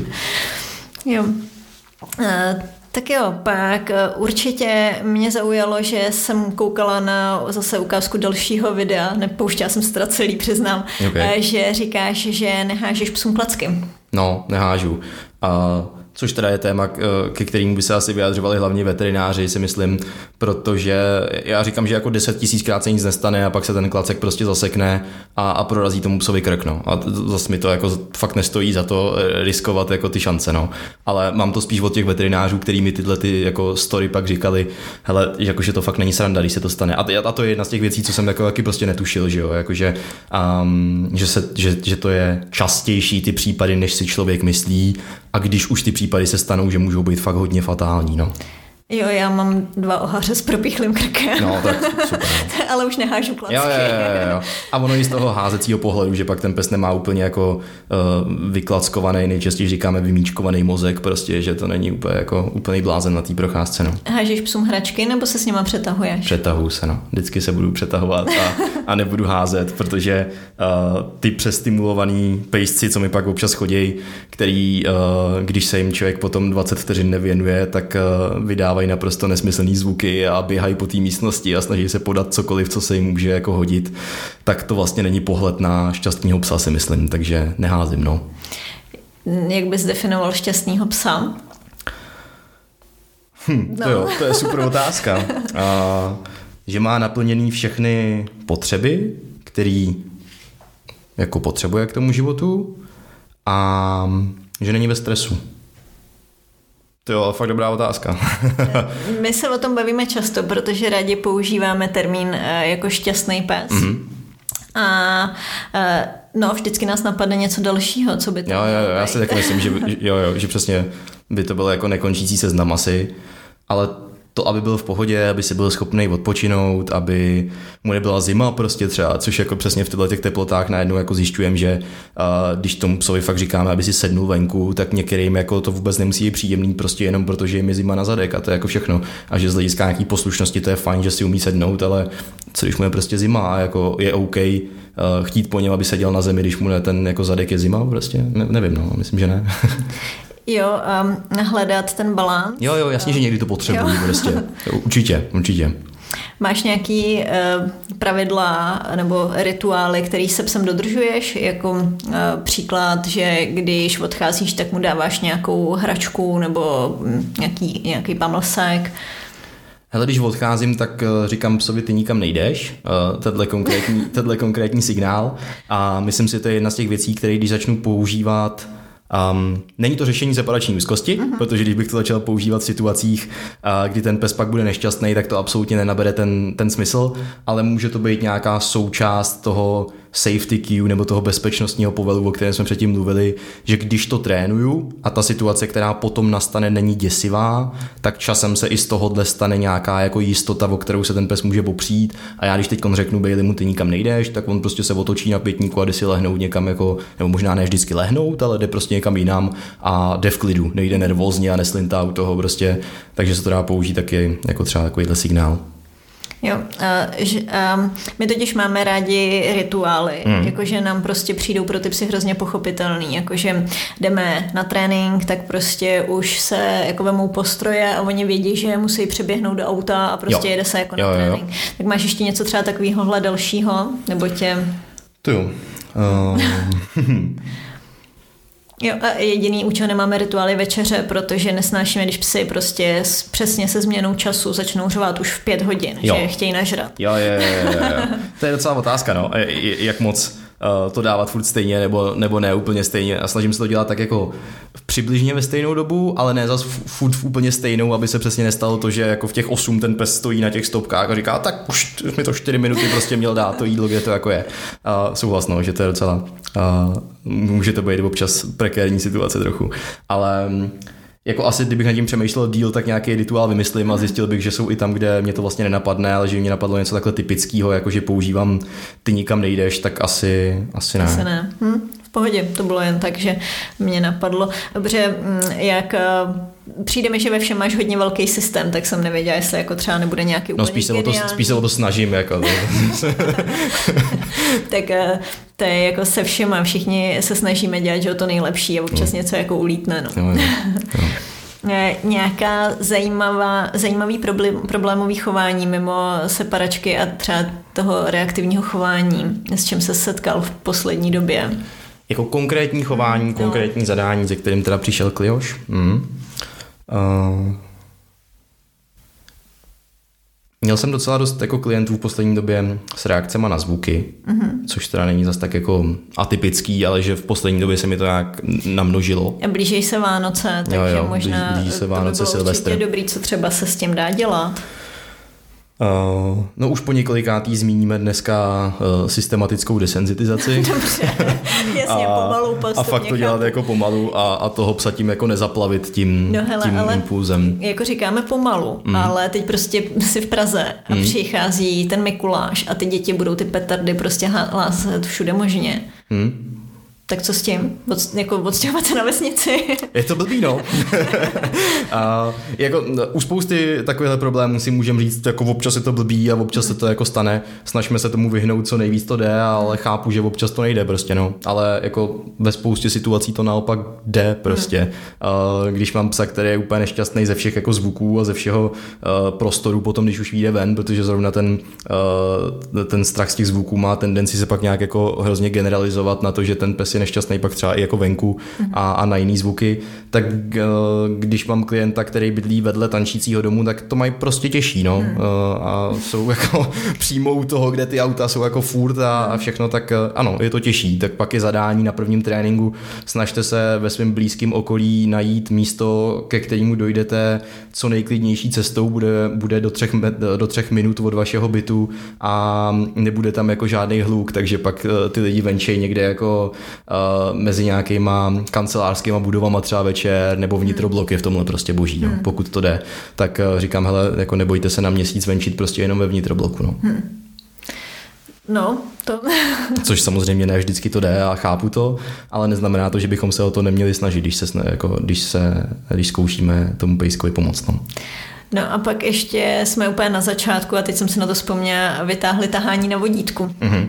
Jo. Uh, Tak jo, pak určitě mě zaujalo, že jsem koukala na zase ukázku dalšího videa, nepouštěla jsem se celý, přiznám, okay. že říkáš, že nehážeš psům klacky. No, nehážu. A což teda je téma, ke kterému by se asi vyjadřovali hlavně veterináři, si myslím, protože já říkám, že jako deset tisíckrát se nic nestane a pak se ten klacek prostě zasekne a, a prorazí tomu psovi krk, no. A zase mi to jako fakt nestojí za to riskovat jako ty šance, no. Ale mám to spíš od těch veterinářů, který mi tyhle ty jako story pak říkali, hele, jakože to fakt není sranda, když se to stane. A, a to je jedna z těch věcí, co jsem jako taky prostě netušil, že jo, jakože, um, že, se, že, že to je častější ty případy, než si člověk myslí a když už ty případy se stanou, že můžou být fakt hodně fatální, no. Jo, já mám dva ohaře s propíchlým krkem. No, tak super. Ale už nehážu klacky. Jo, jo, jo, jo. A ono i z toho házecího pohledu, že pak ten pes nemá úplně jako uh, vyklackovaný, nejčastěji říkáme vymíčkovaný mozek, prostě, že to není úplně jako úplný blázen na té procházce. No. Hážeš psům hračky nebo se s nima přetahuješ? Přetahuju se, no. Vždycky se budu přetahovat a, a nebudu házet, protože uh, ty přestimulovaný pejsci, co mi pak občas chodí, který, uh, když se jim člověk potom dvacet vteřin nevěnuje, tak uh, vydávají naprosto nesmyslný zvuky a běhají po té místnosti a snaží se podat cokoliv, co se jim může jako hodit, tak to vlastně není pohled na šťastného psa, si myslím, takže neházím, no. Jak bys definoval šťastného psa? Hm, no. To jo, to je super otázka. A, že má naplněný všechny potřeby, který jako potřebuje k tomu životu a že není ve stresu. To jo, ale fakt dobrá otázka. My se o tom bavíme často, protože rádi používáme termín jako šťastný pes. Mm-hmm. A no, vždycky nás napadne něco dalšího, co by to jo, jo, jo, já si taky myslím, že, jo, jo, že přesně by to bylo jako nekončící seznam asi, ale to, aby byl v pohodě, aby si byl schopný odpočinout, aby mu nebyla zima prostě třeba, což jako přesně v těchto těch teplotách najednou jako zjišťujem, že uh, když tomu psovi fakt říkáme, aby si sednul venku, tak některým jako to vůbec nemusí být příjemný prostě jenom protože jim je zima na zadek a to je jako všechno. A že z hlediska nějaký poslušnosti to je fajn, že si umí sednout, ale co když mu je prostě zima a jako je OK uh, chtít po něm, aby seděl na zemi, když mu ne, ten jako zadek je zima prostě? Ne, nevím, no, myslím, že ne. Jo, um, hledat ten balans. Jo, jo, jasně, že někdy to potřebují prostě. Jo, určitě, určitě. Máš nějaký uh, pravidla nebo rituály, který se psem dodržuješ? Jako uh, příklad, že když odcházíš, tak mu dáváš nějakou hračku nebo nějaký, nějaký pamlsek? Hele, když odcházím, tak říkám psovi, ty nikam nejdeš, tenhle konkrétní, tenhle konkrétní signál a myslím si, to je jedna z těch věcí, které když začnu používat. Um, není to řešení separační úzkosti, uh-huh. protože když bych to začal používat v situacích, uh, kdy ten pes pak bude nešťastný, tak to absolutně nenabere ten, ten smysl, ale může to být nějaká součást toho safety cue nebo toho bezpečnostního povelu, o kterém jsme předtím mluvili, že když to trénuju a ta situace, která potom nastane, není děsivá, tak časem se i z tohohle stane nějaká jako jistota, o kterou se ten pes může opřít a já když teď řeknu Baileymu, ty nikam nejdeš, tak on prostě se otočí na pětníku a jde si lehnout někam jako, nebo možná ne vždycky lehnout, ale jde prostě někam jinam a jde v klidu, nejde nervózně a neslintá u toho prostě, takže se to dá použít taky jako třeba takovýhle signál. Jo, uh, že, um, my totiž máme rádi rituály, mm. jakože nám prostě přijdou pro ty psy hrozně pochopitelný, jakože jdeme na trénink, tak prostě už se jako vemou postroje a oni vědí, že musí přeběhnout do auta a prostě jo. jede se jako jo, na trénink. Jo, jo. Tak máš ještě něco třeba takovýhohle dalšího, nebo tě... To jo. Um... Jo, a jediný, u čeho nemáme rituály večeře, protože nesnášíme, když psy prostě s, přesně se změnou času začnou řvát už v pět hodin, jo. že chtějí nažrat. Jo, jo, jo, jo, jo. To je docela otázka, no, jak moc uh, to dávat furt stejně, nebo, nebo ne úplně stejně. A snažím se to dělat tak jako přibližně ve stejnou dobu, ale ne zase furt úplně stejnou, aby se přesně nestalo to, že jako v těch osm ten pes stojí na těch stopkách a říká, tak už mi to čtyři minuty prostě měl dát to jídlo, kde to jako je. Uh, souhlasno, že to je docela... Uh, může to být občas prekérní situace trochu, ale jako asi kdybych nad tím přemýšlel díl, tak nějaký rituál vymyslím a zjistil bych, že jsou i tam, kde mě to vlastně nenapadne, ale že mě napadlo něco takhle typického, jako že používám ty nikam nejdeš, tak asi, asi ne. Asi ne. Hm, v pohodě, to bylo jen tak, že mě napadlo. Dobře, jak přijde mi, že ve všem máš hodně velký systém, tak jsem nevěděla, jestli jako třeba nebude nějaký úplně No spíš se, o to, spíš se o to snažím. Jako. Tak to je jako se všema, všichni se snažíme dělat, že to nejlepší a občas no. něco jako ulítne. No. Jo, jo. Nějaká zajímavá, zajímavý problém, problémový chování mimo separačky a třeba toho reaktivního chování, s čím se setkal v poslední době? Jako konkrétní chování, no. konkrétní zadání, se kterým teda přišel Klioš? Mm. Uh. Měl jsem docela dost jako klientů v poslední době s reakcemi na zvuky, mm-hmm. což teda není zas tak jako atypický, ale že v poslední době se mi to nějak namnožilo. A blíží se Vánoce, takže jo, jo, možná blíží se Vánoce, to by bylo určitě dobrý, co třeba se s tím dá dělat. Uh, no už po několikátý zmíníme dneska uh, systematickou desenzitizaci. Dobře, jasně, a, pomalu, postupně. A fakt to dělat jako pomalu a, a toho psa tím jako nezaplavit tím, no hele, tím ale impulzem. Jako říkáme pomalu, mm. ale teď prostě jsi v Praze a mm. přichází ten Mikuláš a ty děti budou ty petardy prostě hlásat všude možně. Mm. Tak co s tím? Od, jako odstěhovat se na vesnici? Je to blbý, no. A jako u spousty takovýchhle problémů si můžeme říct, jako občas je to blbý a občas se to jako stane. Snažíme se tomu vyhnout, co nejvíc to jde, ale chápu, že občas to nejde prostě, no. Ale jako ve spoustě situací to naopak jde prostě. A když mám psa, který je úplně nešťastný ze všech jako zvuků a ze všeho uh, prostoru potom, když už vyjde ven, protože zrovna ten, uh, ten strach z těch zvuků má tendenci se pak nějak jako hrozně generalizovat na to, že ten pes je nešťastný pak třeba i jako venku a, a na jiný zvuky, tak když mám klienta, který bydlí vedle tančícího domu, tak to mají prostě těžší, no. Hmm. A jsou jako přímo u toho, kde ty auta jsou jako furt a, a všechno, tak ano, je to těžší. Tak pak je zadání na prvním tréninku, snažte se ve svém blízkém okolí najít místo, ke kterému dojdete co nejklidnější cestou, bude, bude do, třech, do třech minut od vašeho bytu a nebude tam jako žádný hluk, takže pak ty lidi venčej někde jako Uh, mezi nějakýma kancelářskýma budovama třeba večer nebo vnitrobloky, v tomhle prostě boží, no. Hmm. Pokud to jde, tak uh, říkám, hele, jako nebojte se na měsíc venčit prostě jenom ve vnitrobloku, no. Hmm. No, to... Což samozřejmě ne vždycky to jde a chápu to, ale neznamená to, že bychom se o to neměli snažit, když se, jako, když se, když zkoušíme tomu pejskovi pomoct, no. No a pak ještě jsme úplně na začátku a teď jsem si na to vzpomněla, vytáhli tahání na vodítku. Mm-hmm.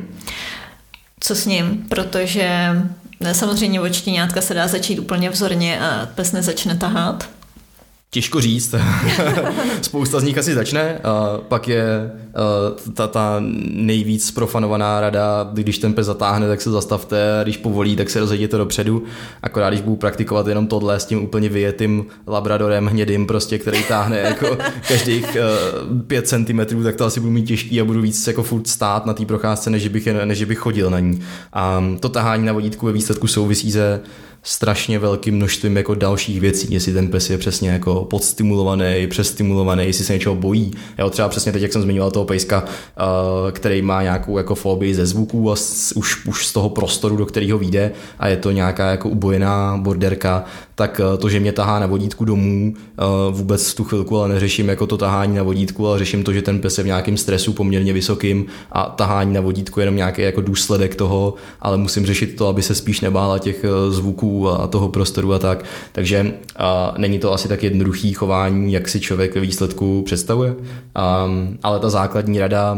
Co s ním? Protože samozřejmě od štěňátka se dá začít úplně vzorně a pes nezačne tahat. Těžko říct. Spousta z nich asi začne. A pak je ta, ta nejvíc profanovaná rada, když ten pes zatáhne, tak se zastavte, a když povolí, tak se rozejděte dopředu. Akorát když budu praktikovat jenom tohle s tím úplně vyjetým labradorem hnědým, prostě, který táhne jako každých pět centimetrů, tak to asi budu mít těžký a budu víc jako furt stát na té procházce, než bych, než bych chodil na ní. A to tahání na vodítku ve výsledku souvisí se strašně velkým množstvím jako dalších věcí, jestli ten pes je přesně jako podstimulovaný, přestimulovaný, jestli se něčeho bojí. Jo, třeba přesně teď, jak jsem zmiňoval toho pejska, uh, který má nějakou jako fobii ze zvuků a z, už, už z toho prostoru, do kterého vyjde a je to nějaká jako ubojená borderka, tak uh, to, že mě tahá na vodítku domů, uh, vůbec v tu chvilku ale neřeším jako to tahání na vodítku, ale řeším to, že ten pes je v nějakém stresu poměrně vysokým a tahání na vodítku je jenom nějaký jako důsledek toho, ale musím řešit to, aby se spíš nebála těch uh, zvuků a toho prostoru a tak. Takže a, není to asi tak jednoduchý chování, jak si člověk ve výsledku představuje. A, ale ta základní rada: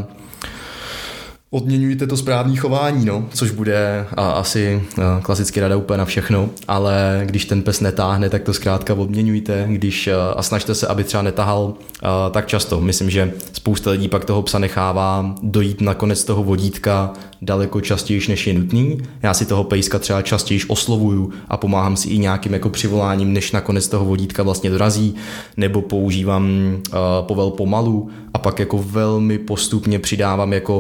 odměňujte to správné chování, no, což bude a, asi a, klasicky rada úplně na všechno, ale když ten pes netáhne, tak to zkrátka odměňujte, když a, a snažte se, aby třeba netahal a, tak často. Myslím, že spousta lidí pak toho psa nechává dojít na konec toho vodítka daleko častěji, než je nutný. Já si toho pejska třeba častěji oslovuju a pomáhám si i nějakým jako přivoláním, než na konec toho vodítka vlastně dorazí, nebo používám a, povel pomalu a pak jako velmi postupně přidávám jako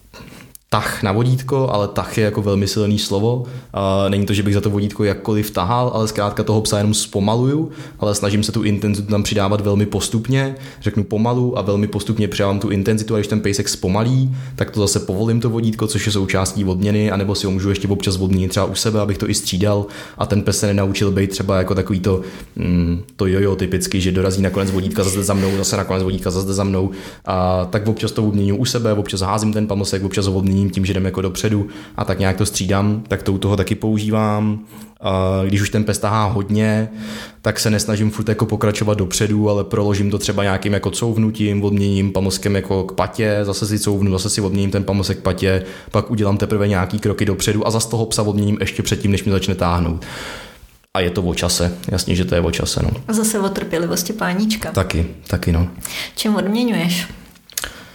tah na vodítko, ale tah je jako velmi silný slovo. A není to, že bych za to vodítko jakkoliv tahal, ale zkrátka toho psa jenom zpomaluju, ale snažím se tu intenzitu tam přidávat velmi postupně. Řeknu pomalu a velmi postupně přidávám tu intenzitu a když ten pejsek zpomalí, tak to zase povolím to vodítko, což je součástí odměny, anebo si ho můžu ještě občas odměnit třeba u sebe, abych to i střídal a ten pes se nenaučil být třeba jako takový to, mm, to jojo typicky, že dorazí na konec vodítka, zase za mnou, zase na konec vodítka, zase za mnou. A tak občas to odměňuji u sebe, občas házím ten pamlsek, občas ho odměním tím, že jdem jako dopředu a tak nějak to střídám, tak to u toho taky používám. Když už ten pes tahá hodně, tak se nesnažím furt jako pokračovat dopředu, ale proložím to třeba nějakým jako couvnutím, odměním pamlskem jako k patě, zase si couvnu, zase si odměním ten pamlsek k patě, pak udělám teprve nějaký kroky dopředu a zase toho psa odměním ještě předtím, než mi začne táhnout. A je to o čase, jasně, že to je o čase, no. A zase o trpělivosti páníčka. Taky, taky, no. Čím odměňuješ?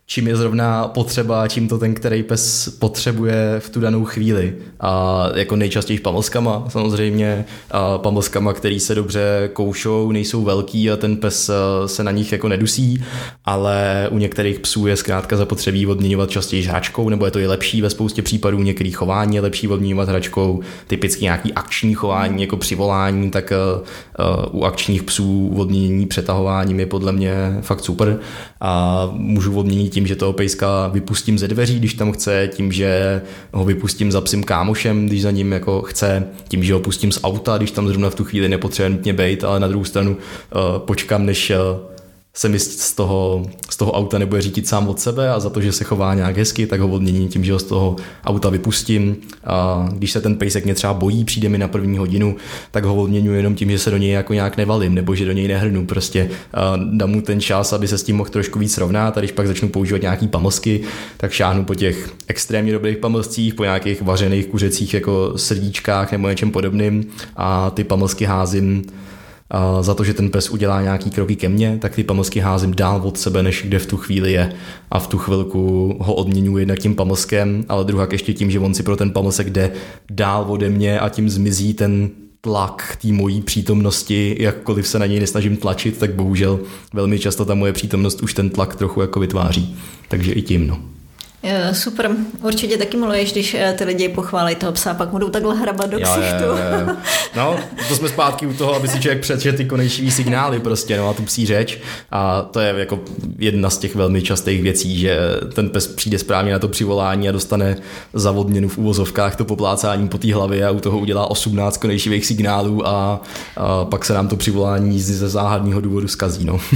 čím je zrovna potřeba, čím to ten který pes potřebuje v tu danou chvíli. A jako nejčastěji pamlskama samozřejmě, a pamlskama, který se dobře koušou, nejsou velký a ten pes se na nich jako nedusí, ale u některých psů je zkrátka zapotřebí odměňovat častěji hračkou, nebo je to i lepší ve spoustě případů, některý chování je lepší odměňovat hračkou, typicky nějaký akční chování jako přivolání, tak uh, u akčních psů odměnění přetahováním je podle mě fakt super a můžu odměnit tím, že toho pejska vypustím ze dveří, když tam chce, tím, že ho vypustím za psím kámošem, když za ním jako chce, tím, že ho pustím z auta, když tam zrovna v tu chvíli nepotřebuje nutně bejt, ale na druhou stranu uh, počkám, než uh, se mi z toho, z toho auta nebude řídit sám od sebe a za to, že se chová nějak hezky, tak ho odměním tím, že ho z toho auta vypustím. A když se ten pejsek mě třeba bojí, přijde mi na první hodinu, tak ho odměňuji jenom tím, že se do něj jako nějak nevalím nebo že do něj nehrnu. Prostě a dám mu ten čas, aby se s tím mohl trošku víc srovnat a když pak začnu používat nějaký pamlsky, tak šáhnu po těch extrémně dobrých pamlscích, po nějakých vařených kuřecích jako srdíčkách nebo něčem podobným a ty pamlsky házím a za to, že ten pes udělá nějaký kroky ke mně, tak ty pamlsky házím dál od sebe, než kde v tu chvíli je. A v tu chvilku ho odměňuji jednak tím pamlskem, ale druhak ještě tím, že on si pro ten pamlsek jde dál ode mě a tím zmizí ten tlak té mojí přítomnosti, jakkoliv se na něj nesnažím tlačit, tak bohužel velmi často ta moje přítomnost už ten tlak trochu jako vytváří. Takže i tím, no. Super, určitě taky miluješ, když ty lidi pochválí toho psa, pak budou takhle hrabat do ksichtu. No, to jsme zpátky u toho, aby si člověk přečetl ty konejšivý signály prostě, no a tu psí řeč a to je jako jedna z těch velmi častých věcí, že ten pes přijde správně na to přivolání a dostane za odměnu v uvozovkách to poplácání po té hlavě a u toho udělá osmnáct konejšivých signálů a, a pak se nám to přivolání ze záhadného důvodu zkazí, no.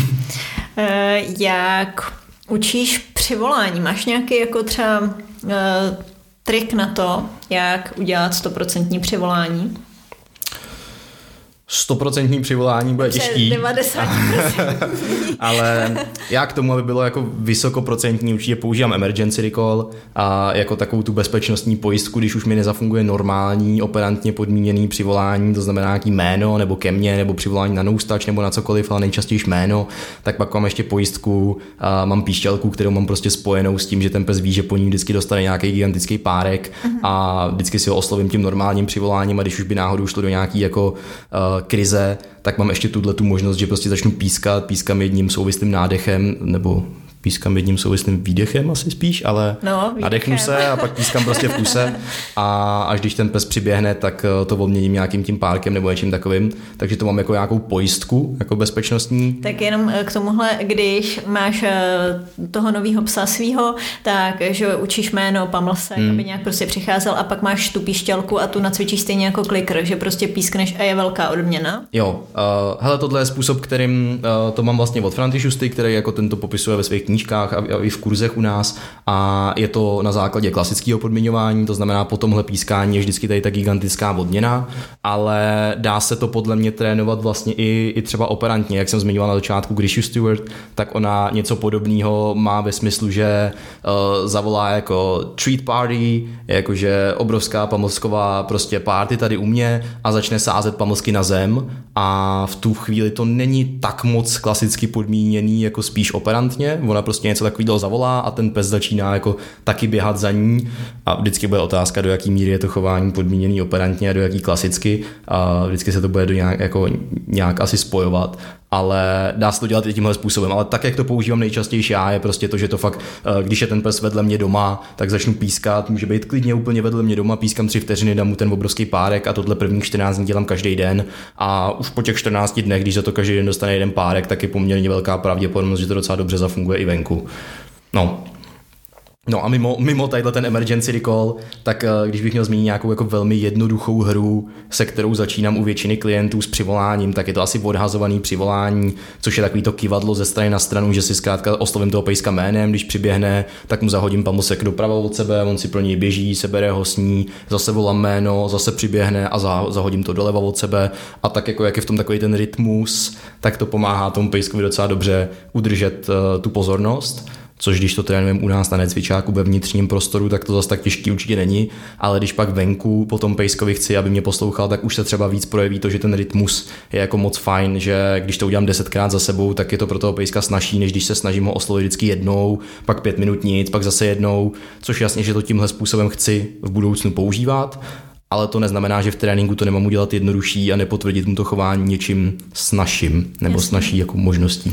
Jak učíš přivolání? Máš nějaký jako třeba uh, trik na to, jak udělat stoprocentní přivolání? Stoprocentní přivolání bude těžký. devadesát procent. Ale já k tomu, aby bylo jako vysokoprocentní, určitě používám emergency recall a jako takovou tu bezpečnostní pojistku, když už mi nezafunguje normální, operantně podmíněný přivolání, to znamená nějaký jméno, nebo ke mně, nebo přivolání na noustač, nebo na cokoliv, ale nejčastěji jméno, tak pak mám ještě pojistku, a mám píšťalku, kterou mám prostě spojenou s tím, že ten pes ví, že po ní vždycky dostane nějaký gigantický párek uh-huh. a vždycky si ho oslovím tím normálním přivoláním a když už by náhodou šlo do nějaký jako uh, krize, tak mám ještě tuhle tu možnost, že prostě začnu pískat, pískám jedním souvislým nádechem, nebo pískám jedním souvislým výdechem asi spíš, ale no, nadechnu se a pak pískám prostě v kuse a až když ten pes přiběhne, tak to obměním nějakým tím párkem nebo něčím takovým, takže to mám jako nějakou pojistku, jako bezpečnostní. Tak jenom k tomuhle, když máš toho novýho psa svýho, tak že učíš jméno, pamlsek, hmm. aby nějak prostě přicházel a pak máš tu píšťalku a tu nacvičíš stejně jako klikr, že prostě pískneš a je velká odměna. Jo, uh, hele, tohle je způsob, kterým uh, to mám vlastně od Franty Šusty, který jako tento popisuje ve svých knížkách a i v kurzech u nás a je to na základě klasického podmiňování, to znamená po tomhle pískání je vždycky tady ta gigantická odměna, ale dá se to podle mě trénovat vlastně i, i třeba operantně, jak jsem zmiňoval na začátku Grishu Stewart, tak ona něco podobného má ve smyslu, že uh, zavolá jako treat party, jakože obrovská pamlsková prostě party tady u mě a začne sázet pamlsky na zem a v tu chvíli to není tak moc klasicky podmíněný jako spíš operantně, ona prostě něco takového zavolá a ten pes začíná jako taky běhat za ní a vždycky bude otázka, do jaký míry je to chování podmíněný operantně a do jaký klasicky a vždycky se to bude do nějak, jako nějak asi spojovat, ale dá se to dělat i tímhle způsobem, ale tak, jak to používám nejčastěji já, je prostě to, že to fakt, když je ten pes vedle mě doma, tak začnu pískat, může být klidně úplně vedle mě doma, pískám tři vteřiny, dám mu ten obrovský párek a tohle prvních čtrnáct dní dělám každý den a už po těch čtrnácti dnech, když za to každý den dostane jeden párek, tak je poměrně velká pravděpodobnost, že to docela dobře zafunguje i venku. No. No a mimo, mimo tadyhle ten emergency recall, tak když bych měl zmínit nějakou jako velmi jednoduchou hru, se kterou začínám u většiny klientů s přivoláním, tak je to asi odhazovaný přivolání, což je takový to kivadlo ze strany na stranu, že si zkrátka oslovím toho pejska jménem, když přiběhne, tak mu zahodím pamlsek doprava od sebe, on si pro něj běží, sebere ho s ní, zase volám jméno, zase přiběhne a zahodím to doleva od sebe a tak jako jak je v tom takový ten rytmus, tak to pomáhá tomu pejskovi docela dobře udržet uh, tu pozornost. což když to trénujeme u nás na necvičáku ve vnitřním prostoru, tak to zase tak těžký určitě není, ale když pak venku po tom pejskovi chci, aby mě poslouchal, tak už se třeba víc projeví to, že ten rytmus je jako moc fajn, že když to udělám desetkrát za sebou, tak je to pro toho pejska snažší, než když se snažím ho oslovit vždycky jednou, pak pět minut nic, pak zase jednou, což jasně, že to tímhle způsobem chci v budoucnu používat, ale to neznamená, že v tréninku to nemám udělat jednodušší a nepotvrdit mu to chování něčím snazším nebo jasně. Snažší jako možností.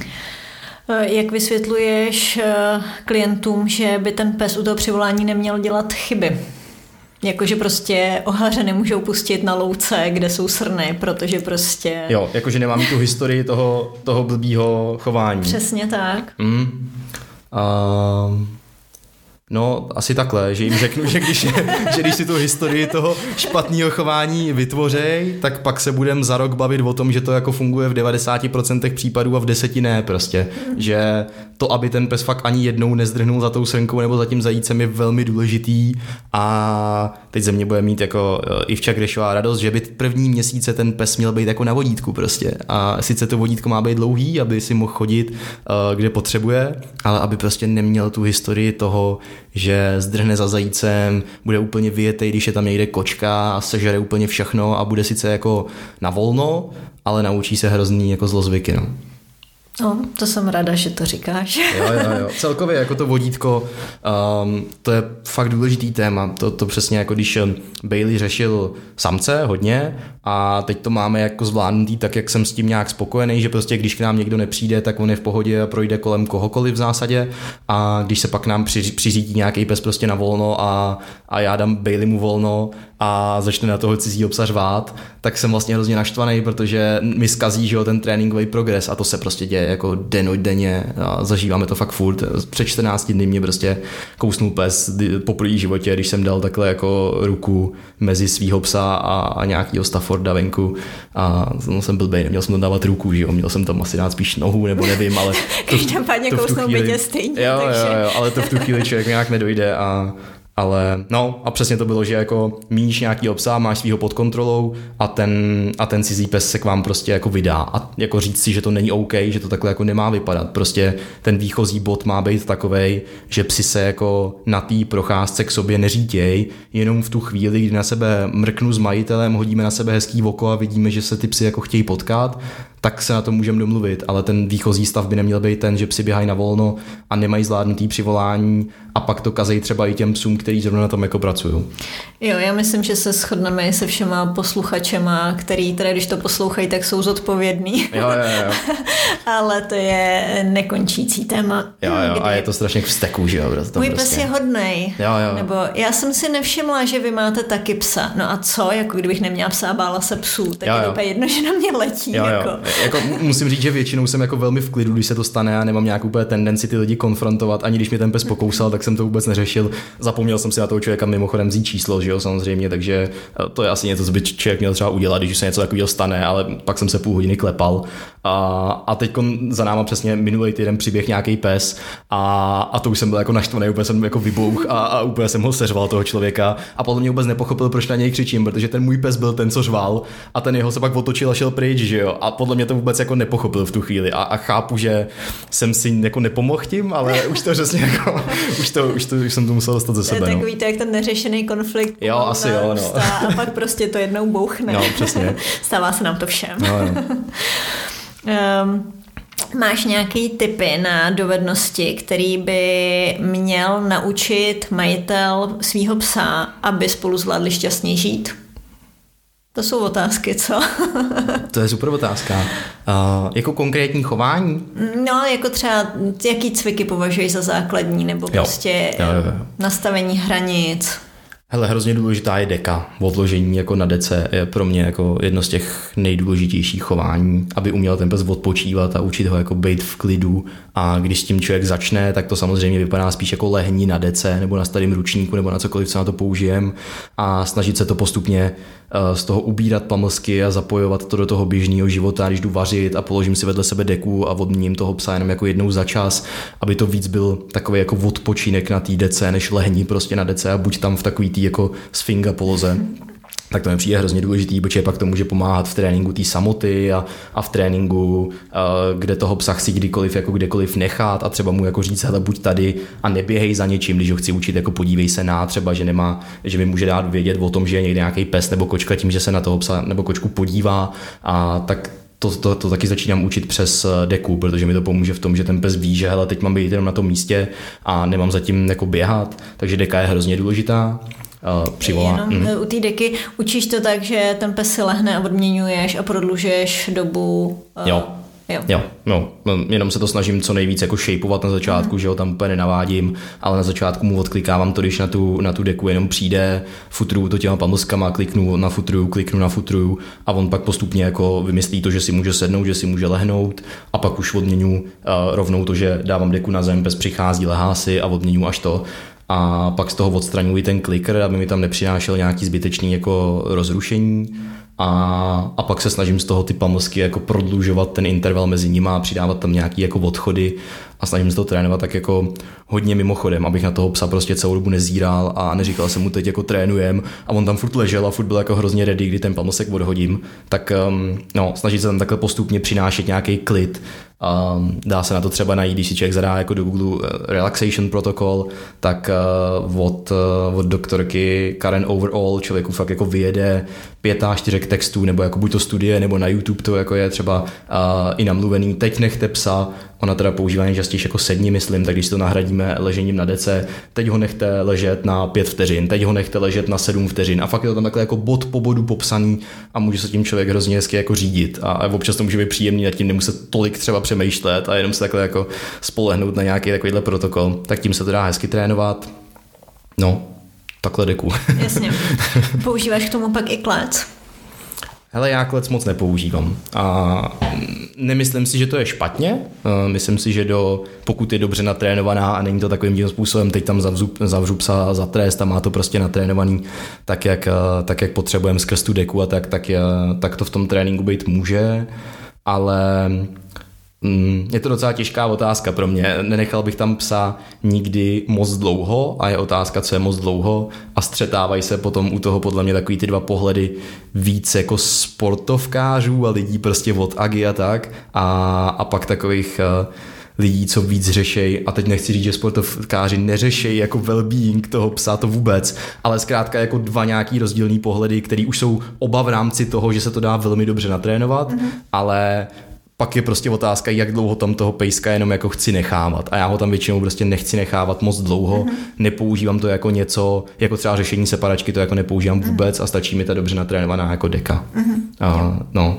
Jak vysvětluješ klientům, že by ten pes u toho přivolání neměl dělat chyby? Jakože prostě ohaře nemůžou pustit na louce, kde jsou srny, protože prostě... Jo, jakože nemám tu historii toho, toho blbýho chování. Přesně tak. Mm. Uh... No, asi takhle, že jim řeknu, že když, že když si tu historii toho špatného chování vytvořej, tak pak se budem za rok bavit o tom, že to jako funguje v devadesáti procentech případů a v deseti ne prostě. Že to, aby ten pes fakt ani jednou nezdrhnul za tou srnkou nebo za tím zajícem, je velmi důležitý a teď ze mě bude mít jako Ivča Grešová radost, že by první měsíce ten pes měl být jako na vodítku prostě. A sice to vodítko má být dlouhý, aby si mohl chodit, kde potřebuje, ale aby prostě neměl tu historii toho, že zdrhne za zajícem, bude úplně vyjetej, když je tam někde kočka a sežere úplně všechno a bude sice jako na volno, ale naučí se hrozný jako zlozvyky, no. No, to jsem ráda, že to říkáš. Jo, jo, jo. Celkově jako to vodítko, um, to je fakt důležitý téma. To, to přesně jako když Bailey řešil samce hodně a teď to máme jako zvládnutý tak, jak jsem s tím nějak spokojený, že prostě když k nám někdo nepřijde, tak on je v pohodě a projde kolem kohokoliv v zásadě a když se pak nám při, přiřídí nějaký pes prostě na volno a, a já dám Bailey mu volno a začne na toho cizího psa řvát, tak jsem vlastně hrozně naštvaný, protože mi zkazí, že jo, ten tréninkový progres a to se prostě děje jako dennodenně a zažíváme to fakt furt. Před čtrnácti dny mě prostě kousnul pes po první životě, když jsem dal takhle jako ruku mezi svýho psa a, a nějakýho Stafforda venku a no, jsem blbej, neměl jsem tam dávat ruku, že jo, měl jsem tam asi dát spíš nohu, nebo nevím, ale každopádně kousnou by tě stejně, jo, takže... jo, jo, ale to v tu chvíli člověk nějak nedojde a ale no a přesně to bylo, že jako míš nějaký psa, máš svýho pod kontrolou a ten, a ten cizí pes se k vám prostě jako vydá a jako říct si, že to není OK, že to takhle jako nemá vypadat. Prostě ten výchozí bod má být takovej, že psi se jako na té procházce k sobě neřítěj, jenom v tu chvíli, kdy na sebe mrknu s majitelem, hodíme na sebe hezký oko a vidíme, že se ty psi jako chtějí potkat, tak se na to můžeme domluvit, ale ten výchozí stav by neměl být ten, že psi běhají na volno a nemají zvládnutý přivolání a pak to kazejí třeba i těm psům, který zrovna na tom jako pracují. Jo, já myslím, že se shodneme se všema posluchačema, který teda, když to poslouchají, tak jsou zodpovědní. Jo, jo, jo. Ale to je nekončící téma. Jo, jo, kdy... a je to strašně k vzteku, že jo. Můj prostě... pes je hodnej. Jo, jo. Nebo já jsem si nevšimla, že vy máte taky psa. No a co, jako kdybych neměla psa a bála se psů, tak jo, je to úplně jedno, že na mě letí. Jo, jako. Jo. Jako musím říct, že většinou jsem jako velmi v klidu, když se to stane a nemám nějakou úplně tendenci ty lidi konfrontovat, ani když mě ten pes pokousal, tak jsem to vůbec neřešil. Zapomněl jsem si na toho člověka mimochodem vzít číslo, že jo, samozřejmě, takže to je asi něco, co by člověk měl třeba udělat, když se něco takového stane, ale pak jsem se půl hodiny klepal. A, a teď za náma přesně minulý týden přiběh nějaký pes a, a to už jsem byl jako naštvaný, úplně jsem jako vybouch a, a úplně jsem ho seřval toho člověka a potom mě vůbec nepochopil, proč na něj křičím, protože ten můj pes byl ten, co řval a ten jeho se pak otočil a šel pryč, že jo, a podle mě to vůbec jako nepochopil v tu chvíli a, a chápu, že jsem si jako nepomohl tím, ale už to přesně jako, už to, už to, už jsem to musel dostat ze sebe. To je no. takový to, jak ten neřešený konflikt. Jo, asi jo, no. A pak prostě to jednou bouchne. No, přesně. Stává se nám to všem. No, no. um, Máš nějaký tipy na dovednosti, který by měl naučit majitel svýho psa, aby spolu zvládli šťastně žít? To jsou otázky, co? To je super otázka. Uh, jako konkrétní chování? No, jako třeba, jaký cviky považuješ za základní, nebo jo. prostě jo, jo, jo. nastavení hranic? Hele, hrozně důležitá je deka. Odložení jako na dece je pro mě jako jedno z těch nejdůležitějších chování, aby uměl ten pes odpočívat a učit ho jako být v klidu. A když s tím člověk začne, tak to samozřejmě vypadá spíš jako lehní na dece nebo na starém ručníku nebo na cokoliv, co na to použijem a snažit se to postupně z toho ubírat pamlsky a zapojovat to do toho běžného života, když jdu vařit a položím si vedle sebe deku a odměním toho psa jenom jako jednou za čas, aby to víc byl takový jako odpočinek na té dece, než lehní prostě na dece a buď tam v takový tý jako sfinga poloze. tak to mi přijde hrozně důležitý, protože pak to může pomáhat v tréninku té samoty a, a v tréninku, kde toho psa chci kdykoliv, jako kdekoliv nechat a třeba mu jako říct, hele, buď tady a neběhej za něčím, když ho chci učit, jako podívej se na, třeba, že nemá, že mi může dát vědět o tom, že je někde nějaký pes nebo kočka tím, že se na toho psa nebo kočku podívá, a tak To, to, to taky začínám učit přes deku, protože mi to pomůže v tom, že ten pes ví, že hele, teď mám být jenom na tom místě a nemám zatím jako běhat, takže deka je hrozně důležitá. Uh, přivolá. Jenom mm. u té deky učíš to tak, že ten pes si lehne a odměňuješ a prodlužuješ dobu. Uh, jo. Jo. jo, no, jenom se to snažím co nejvíc jako shapeovat na začátku, mm. že ho tam úplně nenavádím, ale na začátku mu odklikávám to, když na tu, na tu deku jenom přijde, futruju to těma pamlskama, kliknu na futruju, kliknu na futruju a on pak postupně jako vymyslí to, že si může sednout, že si může lehnout a pak už odměňu uh, rovnou to, že dávám deku na zem, pes přichází, lehá si a odměňu až to. A pak z toho odstraňuji ten kliker, aby mi tam nepřinášel nějaký zbytečný jako rozrušení. A, a pak se snažím z toho ty pamlsky jako prodlužovat ten interval mezi nima a přidávat tam nějaký jako odchody a snažím se to trénovat tak jako hodně mimochodem, abych na toho psa prostě celou dobu nezíral a neříkal jsem mu teď jako trénujem a on tam furt ležel a furt byl jako hrozně ready, kdy ten pamlsek odhodím, tak um, no, snažit se tam takhle postupně přinášet nějaký klid. Um, dá se na to třeba najít, když si člověk zadá jako do Google uh, Relaxation Protocol, tak uh, od, uh, od doktorky Karen Overall člověku fakt jako vyjede pět až čtyři textů, nebo jako buď to studie, nebo na YouTube to jako je třeba uh, i namluvený, teď nechte psa, ona teda používá nejčastěji jako sedni, myslím, tak když to nahradíme ležením na dece, teď ho nechte ležet na pět vteřin, teď ho nechte ležet na sedm vteřin a fakt je to tam takhle jako bod po bodu popsaný a může se tím člověk hrozně hezky jako řídit a, a občas to může být příjemný, nad tím nemuset tolik třeba přemýšlet a jenom se takhle jako spolehnout na nějaký takovýhle protokol, tak tím se to dá hezky trénovat. No, takhle deku. Jasně. Používáš k tomu pak i klec? Hele, já klec moc nepoužívám a nemyslím si, že to je špatně. Myslím si, že do, pokud je dobře natrénovaná a není to takovým tím způsobem, teď tam zavřu, zavřu psa za trest a má to prostě natrénovaný tak, jak, tak, jak potřebujeme skrz tu deku a tak, tak, je, tak to v tom tréninku být může, ale je to docela těžká otázka pro mě. Nenechal bych tam psa nikdy moc dlouho a je otázka, co je moc dlouho a střetávají se potom u toho podle mě takový ty dva pohledy víc jako sportovkářů a lidí prostě od Agi a tak a, a pak takových uh, lidí, co víc řešejí, a teď nechci říct, že sportovkáři neřešejí jako well-being toho psa, to vůbec, ale zkrátka jako dva nějaký rozdílný pohledy, který už jsou oba v rámci toho, že se to dá velmi dobře natrénovat, mm-hmm. ale pak je prostě otázka, jak dlouho tam toho pejska jenom jako chci nechávat. A já ho tam většinou prostě nechci nechávat moc dlouho, mm-hmm. nepoužívám to jako něco, jako třeba řešení separačky, to jako nepoužívám mm-hmm. vůbec a stačí mi ta dobře natrénovaná jako deka. Mm-hmm. A, no.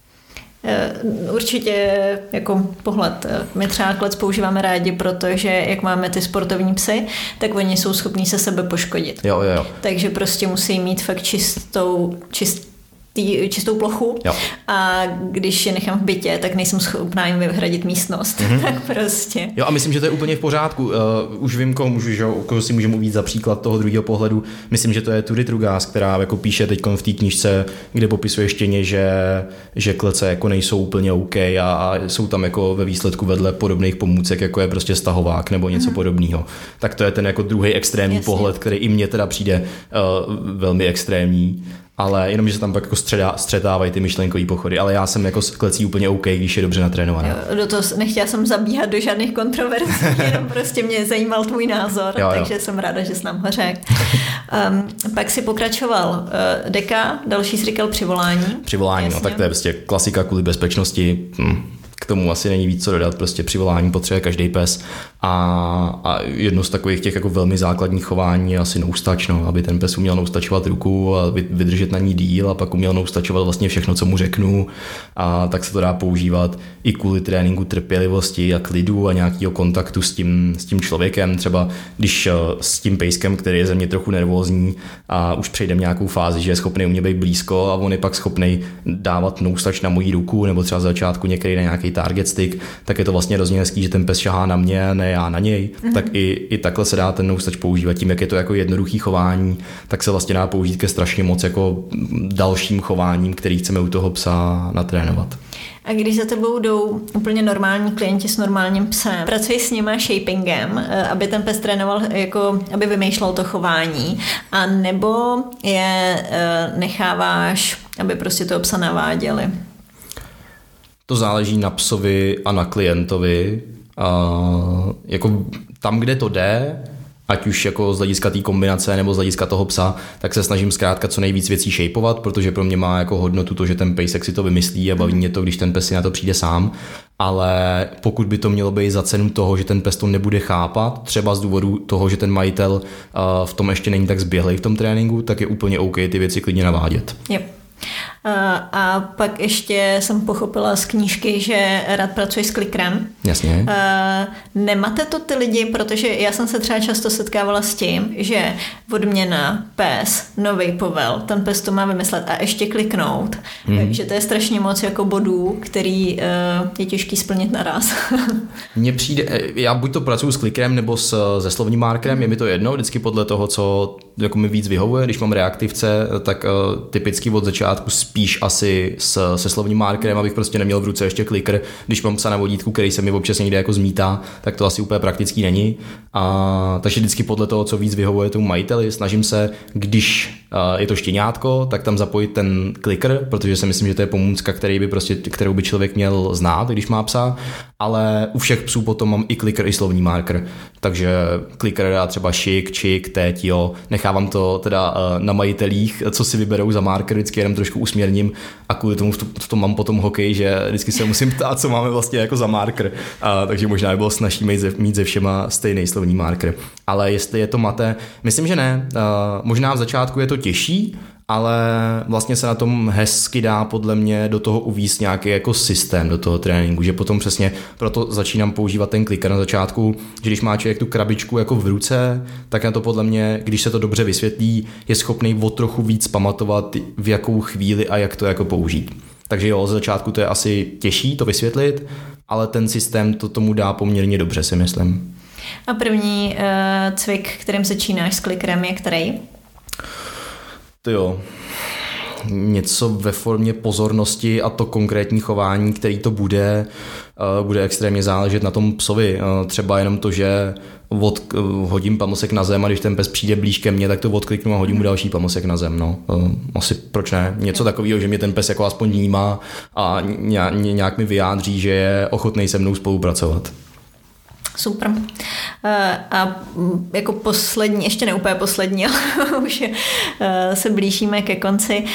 Určitě jako pohled. My třeba klec používáme rádi, protože jak máme ty sportovní psy, tak oni jsou schopní se sebe poškodit. Jo, jo, jo. Takže prostě musí mít fakt čistou, čist, tý, čistou plochu jo. A když je nechám v bytě, tak nejsem schopná jim vyhradit místnost. Mm-hmm. Tak prostě. Jo, a myslím, že to je úplně v pořádku. Uh, už vím, koho, můžu, že, koho si můžeme uvít za příklad toho druhého pohledu. Myslím, že to je Tudy Trugas, která jako píše teď v té knížce, kde popisuje štěně, že, že klece jako nejsou úplně OK a, a jsou tam jako ve výsledku vedle podobných pomůcek, jako je prostě stahovák nebo něco mm-hmm. podobného. Tak to je ten jako druhý extrémní Jasně. pohled, který i mně teda přijde uh, velmi extrémní. Ale jenom, že se tam pak jako středá, střetávají ty myšlenkový pochody. Ale já jsem jako s klecí úplně OK, když je dobře natrénovaná. Jo, do toho nechtěla jsem zabíhat do žádných kontroverzí, jenom prostě mě zajímal tvůj názor, jo, jo. Takže jsem ráda, že jsi nám ho řekl. Um, pak si pokračoval uh, deka, další jsi říkal přivolání. Přivolání, no tak to je prostě klasika kvůli bezpečnosti. Hm. K tomu asi není víc co dodat, prostě přivolání potřebuje každý pes a, a jedno z takových těch jako velmi základních chování je asi noustač, no, aby ten pes uměl noustačovat ruku a vydržet na ní díl a pak uměl noustačovat vlastně všechno, co mu řeknu, a tak se to dá používat i kvůli tréninku trpělivosti a klidu a nějakého kontaktu s tím, s tím člověkem, třeba když s tím pejskem, který je ze mě trochu nervózní a už přejdeme nějakou fázi, že je schopný u mě být blízko a on je pak schopný dávat noustač na moji ruku nebo třeba z začátku některý na nějaký target stick, tak je to vlastně hrozně hezký, že ten pes šahá na mě, ne já na něj, mm-hmm. tak i, i takhle se dá ten noustač používat. Tím, jak je to jako jednoduchý chování, tak se vlastně dá použít ke strašně moc jako dalším chováním, který chceme u toho psa natrénovat. A když za tebou jdou úplně normální klienti s normálním psem, pracuji s nima shapingem, aby ten pes trénoval, jako, aby vymýšlel to chování, a nebo je necháváš, aby prostě toho psa naváděli? To záleží na psovi a na klientovi. A jako tam, kde to jde, ať už jako z hlediska té kombinace nebo z hlediska toho psa, tak se snažím zkrátka co nejvíc věcí shapeovat, protože pro mě má jako hodnotu to, že ten pejsek si to vymyslí a baví mě to, když ten pes si na to přijde sám. Ale pokud by to mělo být za cenu toho, že ten pes to nebude chápat, třeba z důvodu toho, že ten majitel v tom ještě není tak zběhlej v tom tréninku, tak je úplně OK ty věci klidně navádět. Yep. A pak ještě jsem pochopila z knížky, že rád pracuješ s klikrem. Jasně. Nemáte to ty lidi, protože já jsem se třeba často setkávala s tím, že odměna, pes, novej povel, ten pes to má vymyslet a ještě kliknout. Mm. Takže to je strašně moc jako bodů, který je těžký splnit naraz. Mně přijde, já buď to pracuji s klikrem nebo s, se slovním markerem, je mi to jedno, vždycky podle toho, co jako mi víc vyhovuje. Když mám reaktivce, tak typicky od začátku spíš asi s, se slovním markerem, abych prostě neměl v ruce ještě klikr. Když mám psa na vodítku, který se mi občas někde jako zmítá, tak to asi úplně praktický není. A, takže vždycky podle toho, co víc vyhovuje tomu majiteli, snažím se, když uh, je to štěňátko, tak tam zapojit ten klikr, protože si myslím, že to je pomůcka, který by prostě, kterou by člověk měl znát, když má psa. Ale u všech psů potom mám i klikr, i slovní marker. Takže klikr dá třeba šik, čik, teď, jo. Nechávám to teda uh, na majitelích, co si vyberou za marker, vždycky jenom trošku usměrním a kvůli tomu v, to, v tom mám potom hokej, že vždycky se musím ptát, co máme vlastně jako za marker. Uh, takže možná by bylo snažší mít ze, mít ze všema stejný slovní marker. Ale jestli je to mate, myslím, že ne. Uh, možná v začátku je to těžší, ale vlastně se na tom hezky dá podle mě do toho uvízt nějaký jako systém do toho tréninku, že potom přesně proto začínám používat ten kliker na začátku, že když má člověk tu krabičku jako v ruce, tak na to podle mě, když se to dobře vysvětlí, je schopný o trochu víc pamatovat, v jakou chvíli a jak to jako použít. Takže jo, ze začátku to je asi těžší to vysvětlit, ale ten systém to tomu dá poměrně dobře, si myslím. A první uh, cvik, kterým začínáš s klikerem, je který? To jo, něco ve formě pozornosti a to konkrétní chování, který to bude, bude extrémně záležet na tom psovi. Třeba jenom to, že od, hodím pamlsek na zem a když ten pes přijde blíž ke mně, tak to odkliknu a hodím mu další pamlsek na zem. No. Asi proč ne? Něco takového, že mě ten pes jako aspoň vnímá a nějak mi vyjádří, že je ochotný se mnou spolupracovat. Super. A jako poslední, ještě ne úplně poslední, ale už se blížíme ke konci.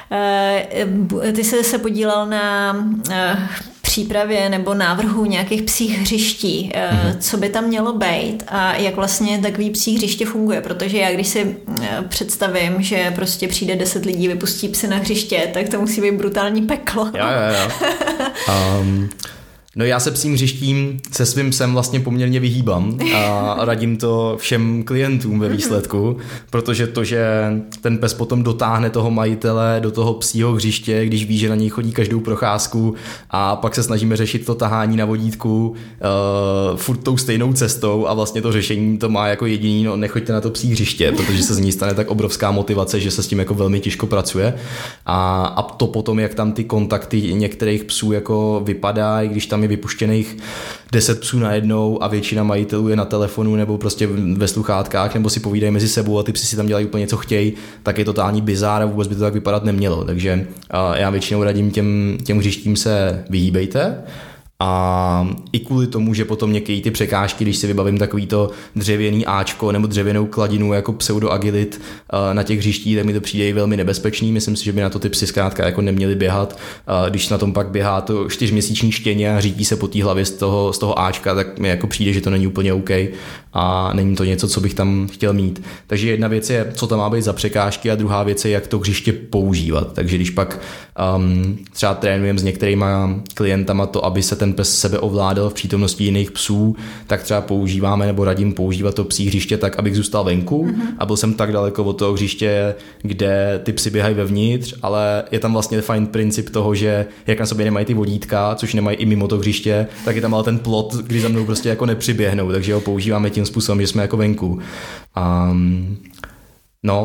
Ty jsi se podílel na přípravě nebo návrhu nějakých psích hřiští. Co by tam mělo být a jak vlastně takový psí hřiště funguje? Protože já když si představím, že prostě přijde deset lidí, vypustí psy na hřiště, tak to musí být brutální peklo. Jo, jo, jo. Um... No já se psím hřištím se svým psem vlastně poměrně vyhýbám a radím to všem klientům ve výsledku, protože to, že ten pes potom dotáhne toho majitele do toho psího hřiště, když ví, že na něj chodí každou procházku a pak se snažíme řešit to tahání na vodítku uh, furt tou stejnou cestou a vlastně to řešení to má jako jediný, no nechoďte na to psí hřiště, protože se z ní stane tak obrovská motivace, že se s tím jako velmi těžko pracuje a, a to potom, jak tam ty kontakty některých psů jako vypadají, když tam je vypuštěných deset psů najednou a většina majitelů je na telefonu nebo prostě ve sluchátkách nebo si povídají mezi sebou a ty psi si tam dělají úplně co chtějí, tak je totální bizár a vůbec by to tak vypadat nemělo. Takže já většinou radím těm, těm hřištím se vyhýbejte. A i kvůli tomu, že potom některé ty překážky, když si vybavím takovýto dřevěný áčko nebo dřevěnou kladinu jako pseudoagilit na těch hřištích, tak mi to přijde velmi nebezpečný. Myslím si, že by na to ty psy zkrátka jako neměly běhat. Když na tom pak běhá to čtyřměsíční štěně a řítí se po té hlavě z toho, z toho áčka, tak mi jako přijde, že to není úplně OK a není to něco, co bych tam chtěl mít. Takže jedna věc je, co tam má být za překážky a druhá věc je, jak to hřiště používat. Takže když pak um, třeba trénujeme s některýma klientama to, aby se ten pes sebe ovládal v přítomnosti jiných psů, tak třeba používáme nebo radím používat to psí hřiště tak, abych zůstal venku mm-hmm. a byl jsem tak daleko od toho hřiště, kde ty psy běhají vevnitř, ale je tam vlastně fajn princip toho, že jak na sobě nemají ty vodítka, což nemají i mimo to hřiště, tak je tam ale ten plot, kdy za mnou prostě jako nepřiběhnou, takže ho používáme tím způsobem, že jsme jako venku. Um, no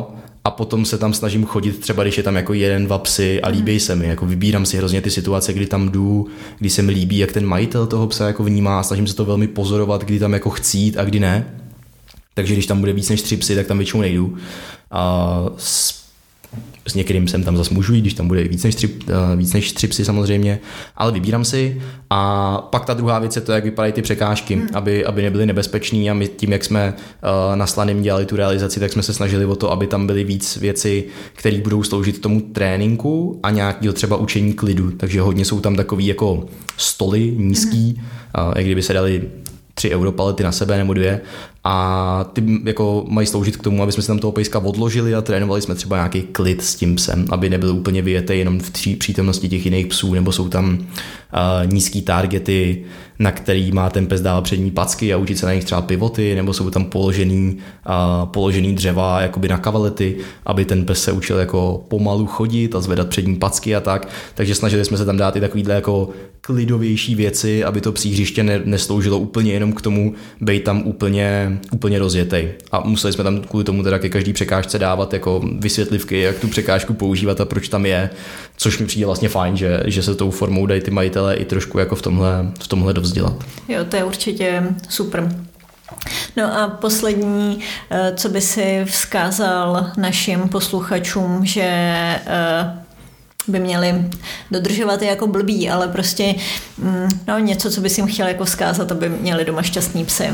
a potom se tam snažím chodit třeba, když je tam jako jeden, dva psy a líbí se mi, jako vybírám si hrozně ty situace, kdy tam jdu, kdy se mi líbí, jak ten majitel toho psa jako vnímá a snažím se to velmi pozorovat, kdy tam jako chci jít a kdy ne. Takže když tam bude víc než tři psy, tak tam většinou nejdu. A s, s některým jsem tam zase můžu jít, když tam bude víc než, tři, víc než tři psy samozřejmě, ale vybírám si. A pak ta druhá věc je to, jak vypadají ty překážky, hmm. aby, aby nebyly nebezpečný a my tím, jak jsme uh, na Slaným dělali tu realizaci, tak jsme se snažili o to, aby tam byly víc věci, které budou sloužit tomu tréninku a nějakého třeba učení klidu. Takže hodně jsou tam takový jako stoly nízký, hmm. uh, jak kdyby se dali tři europalety na sebe nebo dvě a ty jako mají sloužit k tomu, aby jsme si tam toho pejska odložili a trénovali jsme třeba nějaký klid s tím psem, aby nebyl úplně vyjetý jenom v tří přítomnosti těch jiných psů, nebo jsou tam uh, nízký targety, na který má ten pes dávat přední packy a učit se na nich třeba pivoty, nebo jsou tam položený, uh, položený dřeva jakoby na kavalety, aby ten pes se učil jako pomalu chodit a zvedat přední packy a tak. Takže snažili jsme se tam dát i takovýhle jako klidovější věci, aby to psí hřiště ne, nesloužilo úplně jenom k tomu být tam úplně, úplně rozjetej. A museli jsme tam kvůli tomu teda ke každý překážce dávat jako vysvětlivky, jak tu překážku používat a proč tam je, což mi přijde vlastně fajn, že, že se tou formou dají ty majitelé i trošku jako v tomhle, v tomhle dovzdělat. Jo, to je určitě super. No a poslední, co by si vzkázal našim posluchačům, že by měli dodržovat je jako blbý, ale prostě no, něco, co bys jim chtěl jako vzkázat, aby měli doma šťastný psy.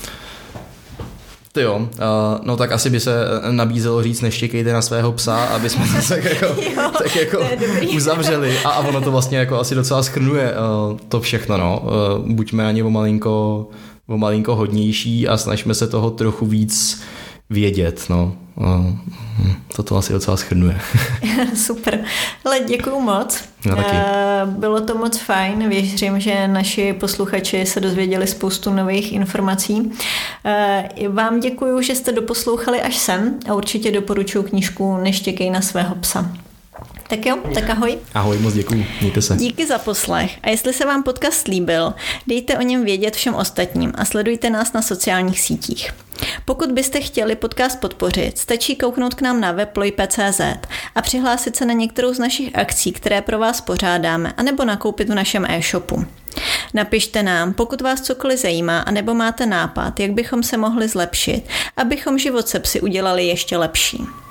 To jo, uh, no tak asi by se nabízelo říct, neštěkejte na svého psa, aby jsme to tak jako, jo, tak jako uzavřeli a, a ono to vlastně jako asi docela shrnuje uh, to všechno, no. Uh, buďme ani o malinko, o malinko hodnější a snažíme se toho trochu víc vědět, no. Uh, toto asi docela shrnuje. Super. Ale děkuju moc. Já taky. Bylo to moc fajn. Věřím, že naši posluchači se dozvěděli spoustu nových informací. Vám děkuju, že jste doposlouchali až sem a určitě doporučuji knížku Neštěkej na svého psa. Tak jo, tak ahoj. Ahoj, moc děkuju, mějte se. Díky za poslech a jestli se vám podcast líbil, dejte o něm vědět všem ostatním a sledujte nás na sociálních sítích. Pokud byste chtěli podcast podpořit, stačí kouknout k nám na web lojpe tečka cé zet a přihlásit se na některou z našich akcí, které pro vás pořádáme, anebo nakoupit v našem e-shopu. Napište nám, pokud vás cokoliv zajímá, anebo máte nápad, jak bychom se mohli zlepšit, abychom život se psy udělali ještě lepší.